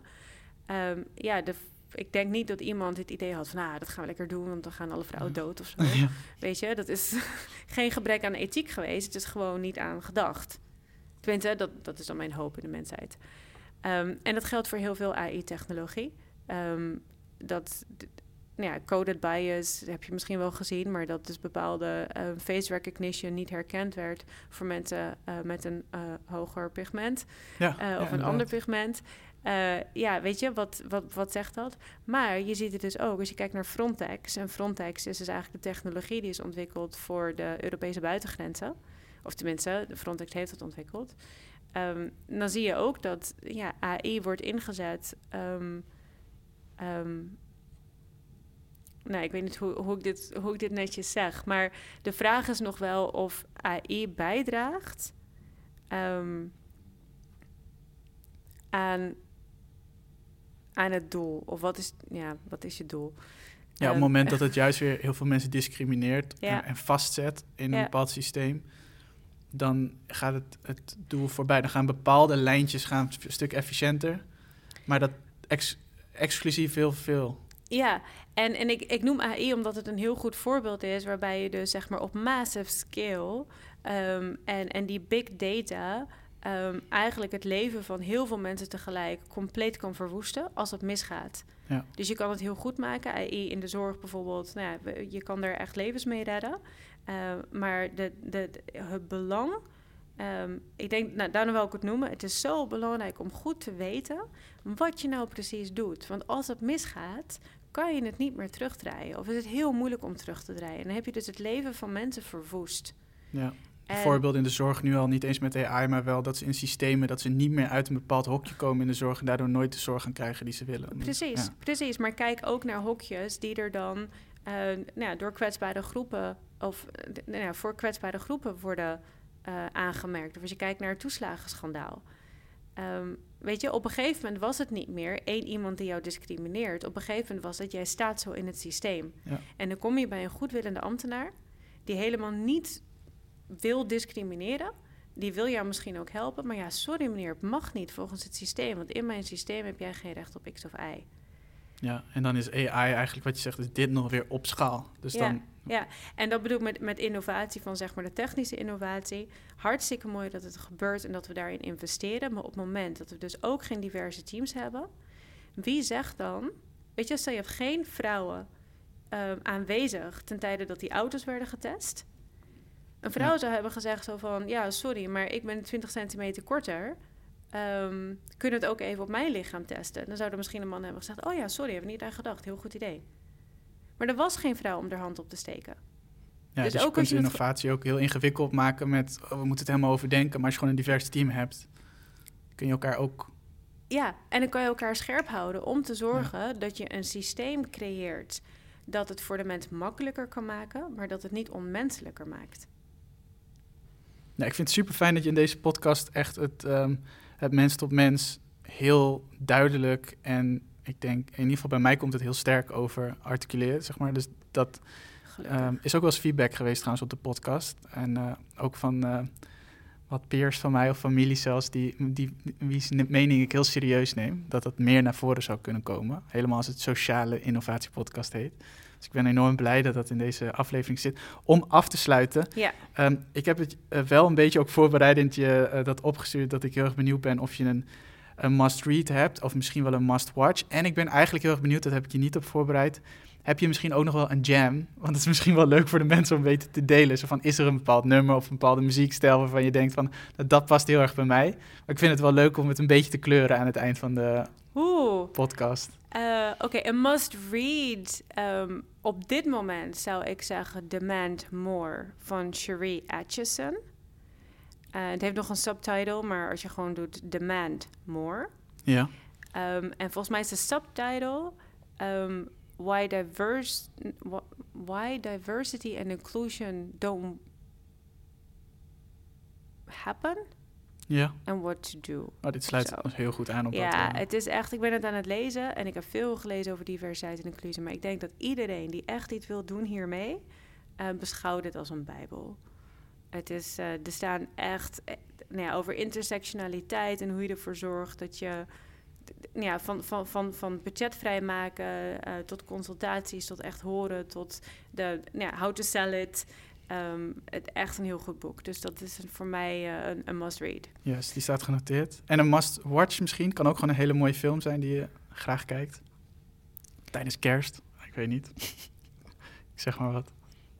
Ik denk niet dat iemand het idee had van, dat gaan we lekker doen, want dan gaan alle vrouwen dood of zo. Ja. Weet je, dat is geen gebrek aan ethiek geweest. Het is gewoon niet aan gedacht. Tenminste, dat is dan mijn hoop in de mensheid. En dat geldt voor heel veel AI-technologie. Coded bias heb je misschien wel gezien, maar dat dus bepaalde face recognition niet herkend werd voor mensen met een hoger pigment of een ander pigment. Weet je, wat zegt dat? Maar je ziet het dus ook als je kijkt naar Frontex. En Frontex is dus eigenlijk de technologie die is ontwikkeld voor de Europese buitengrenzen. Of tenminste, de Frontex heeft het ontwikkeld. Dan zie je ook dat AI wordt ingezet. Ik weet niet hoe ik dit netjes zeg. Maar de vraag is nog wel of AI bijdraagt aan het doel. Of wat is je doel? Ja, op het moment dat het juist weer heel veel mensen discrimineert en vastzet in een bepaald systeem, dan gaat het doel voorbij. Dan gaan bepaalde lijntjes een stuk efficiënter, maar dat exclusief heel veel. Ja, en ik noem AI omdat het een heel goed voorbeeld is, waarbij je dus zeg maar op massive scale en die big data eigenlijk het leven van heel veel mensen tegelijk compleet kan verwoesten als het misgaat. Ja. Dus je kan het heel goed maken. AI in de zorg bijvoorbeeld, je kan er echt levens mee redden. Maar het belang, ik denk, daarom wil ik het noemen, het is zo belangrijk om goed te weten wat je nou precies doet. Want als het misgaat, kan je het niet meer terugdraaien. Of is het heel moeilijk om terug te draaien. En dan heb je dus het leven van mensen verwoest. Ja. Bijvoorbeeld in de zorg nu al niet eens met AI, maar wel dat ze in systemen dat ze niet meer uit een bepaald hokje komen in de zorg en daardoor nooit de zorg gaan krijgen die ze willen. Precies. Maar kijk ook naar hokjes die er dan door kwetsbare groepen voor kwetsbare groepen worden aangemerkt. Of als je kijkt naar het toeslagenschandaal. Weet je, op een gegeven moment was het niet meer één iemand die jou discrimineert. Op een gegeven moment was het, jij staat zo in het systeem. Ja. En dan kom je bij een goedwillende ambtenaar die helemaal niet wil discrimineren. Die wil jou misschien ook helpen. Maar sorry meneer, het mag niet volgens het systeem. Want in mijn systeem heb jij geen recht op X of Y. Ja, en dan is AI eigenlijk wat je zegt, is dit nog weer op schaal. Dus ja, en dat bedoel ik met innovatie van zeg maar de technische innovatie. Hartstikke mooi dat het gebeurt en dat we daarin investeren. Maar op het moment dat we dus ook geen diverse teams hebben, wie zegt dan, weet je, stel je hebt geen vrouwen aanwezig ten tijde dat die auto's werden getest. Een vrouw zou hebben gezegd zo van, sorry, maar ik ben 20 centimeter korter. Kunnen het ook even op mijn lichaam testen? Dan zou er misschien een man hebben gezegd, sorry, hebben we niet aan gedacht. Heel goed idee. Maar er was geen vrouw om haar hand op te steken. Ja, dus ook je kunt innovatie ook heel ingewikkeld maken met, we moeten het helemaal overdenken. Maar als je gewoon een divers team hebt, kun je elkaar ook... Ja, en dan kan je elkaar scherp houden om te zorgen dat je een systeem creëert dat het voor de mens makkelijker kan maken, maar dat het niet onmenselijker maakt. Nou, ik vind het super fijn dat je in deze podcast echt het mens tot mens heel duidelijk en ik denk, in ieder geval bij mij komt het heel sterk over articuleert, zeg maar. Dus dat is ook wel eens feedback geweest trouwens op de podcast. En ook van wat peers van mij of familie zelfs, wie's mening ik heel serieus neem. Dat meer naar voren zou kunnen komen. Helemaal als het sociale innovatiepodcast heet. Dus ik ben enorm blij dat dat in deze aflevering zit. Om af te sluiten, ik heb het wel een beetje ook voorbereidend je dat opgestuurd, dat ik heel erg benieuwd ben of je een must-read hebt, of misschien wel een must-watch. En ik ben eigenlijk heel erg benieuwd, dat heb ik je niet op voorbereid. Heb je misschien ook nog wel een jam? Want het is misschien wel leuk voor de mensen om weten te delen. Zo van, is er een bepaald nummer of een bepaalde muziekstijl waarvan je denkt van, dat past heel erg bij mij. Maar ik vind het wel leuk om het een beetje te kleuren aan het eind van de podcast. Oké, een must-read. Op dit moment zou ik zeggen Demand More van Cherie Aitchison. Het heeft nog een subtitle, maar als je gewoon doet Demand More. Ja. En volgens mij is de subtitle Why Diversity and Inclusion Don't Happen. Ja. And What to Do. Oh, dit sluit heel goed aan op dat. Ja, het is echt, ik ben het aan het lezen en ik heb veel gelezen over diversiteit en inclusie. Maar ik denk dat iedereen die echt iets wil doen hiermee, beschouw dit als een bijbel. Het is, er staan echt over intersectionaliteit en hoe je ervoor zorgt dat je van budget vrijmaken tot consultaties, tot echt horen, tot how to sell it. Het echt een heel goed boek. Dus dat is voor mij een must-read. Yes, die staat genoteerd. En een must-watch misschien. Kan ook gewoon een hele mooie film zijn die je graag kijkt. Tijdens kerst. Ik weet niet. Ik zeg maar wat.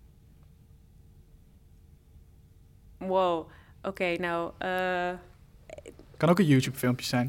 Wow. Oké, nou... Kan ook een YouTube-filmpje zijn.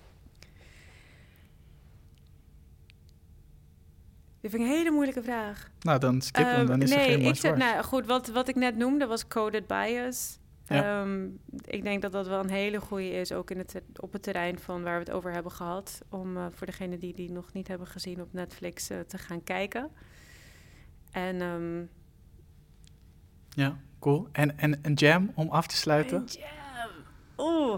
Dit vind ik een hele moeilijke vraag. Nou, dan skip hem. Dan is er geen must-watch. Goed, wat ik net noemde was Coded Bias. Ja. Ik denk dat dat wel een hele goede is, ook op het terrein van waar we het over hebben gehad. Om voor degenen die nog niet hebben gezien op Netflix te gaan kijken. En... ja, cool. En een jam om af te sluiten? Een jam! Oeh.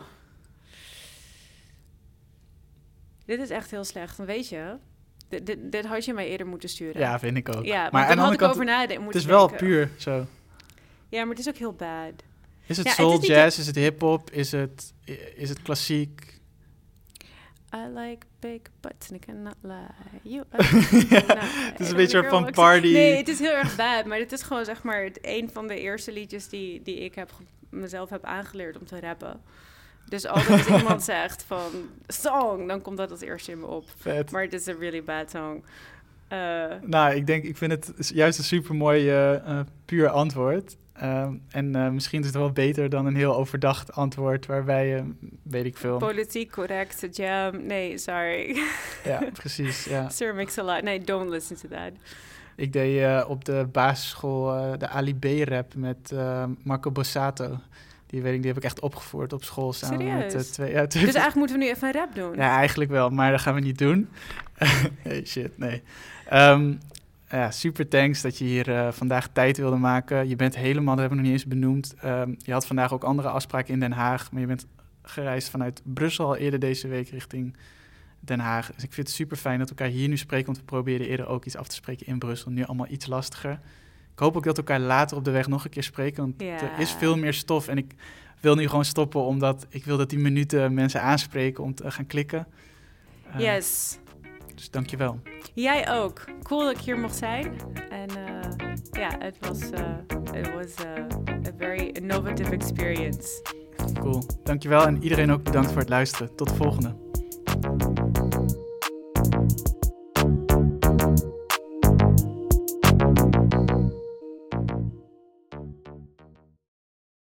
Dit is echt heel slecht, weet je... Dit had je mij eerder moeten sturen. Ja, vind ik ook. Ja, maar dan had ik over nadenken. Het is wel puur zo. Ja, maar het is ook heel bad. Is het soul, jazz? Is het hip-hop? Is het klassiek? I like big butts and I cannot lie. Het is een beetje van party. Nee, het is heel erg bad. Maar het is gewoon zeg maar een van de eerste liedjes die ik mezelf heb aangeleerd om te rappen. Dus altijd als iemand zegt van song, dan komt dat als eerste in me op. Vet. Maar het is een really bad song. Nou, ik vind het juist een supermooi puur antwoord. En misschien is het wel beter dan een heel overdacht antwoord waarbij, weet ik veel... Politiek correct, jam. Nee, sorry. Ja, precies. Ja. Sir Mix-a-Lot. Nee, don't listen to that. Ik deed op de basisschool de Ali B-rap met Marco Borsato. Die heb ik echt opgevoerd op school samen. Serieus? Met twee. Dus eigenlijk moeten we nu even een rap doen? Ja, eigenlijk wel, maar dat gaan we niet doen. Hey, shit, nee. Super thanks dat je hier vandaag tijd wilde maken. Je bent helemaal, dat hebben we nog niet eens benoemd. Je had vandaag ook andere afspraken in Den Haag, maar je bent gereisd vanuit Brussel al eerder deze week richting Den Haag. Dus ik vind het super fijn dat we elkaar hier nu spreken, want we probeerden eerder ook iets af te spreken in Brussel. Nu allemaal iets lastiger. Ik hoop ook dat we elkaar later op de weg nog een keer spreken, want er is veel meer stof. En ik wil nu gewoon stoppen, omdat ik wil dat die minuten mensen aanspreken om te gaan klikken. Yes. Dus dankjewel. Jij ook. Cool dat ik hier mocht zijn. En het was a very innovative experience. Cool. Dankjewel en iedereen ook bedankt voor het luisteren. Tot de volgende.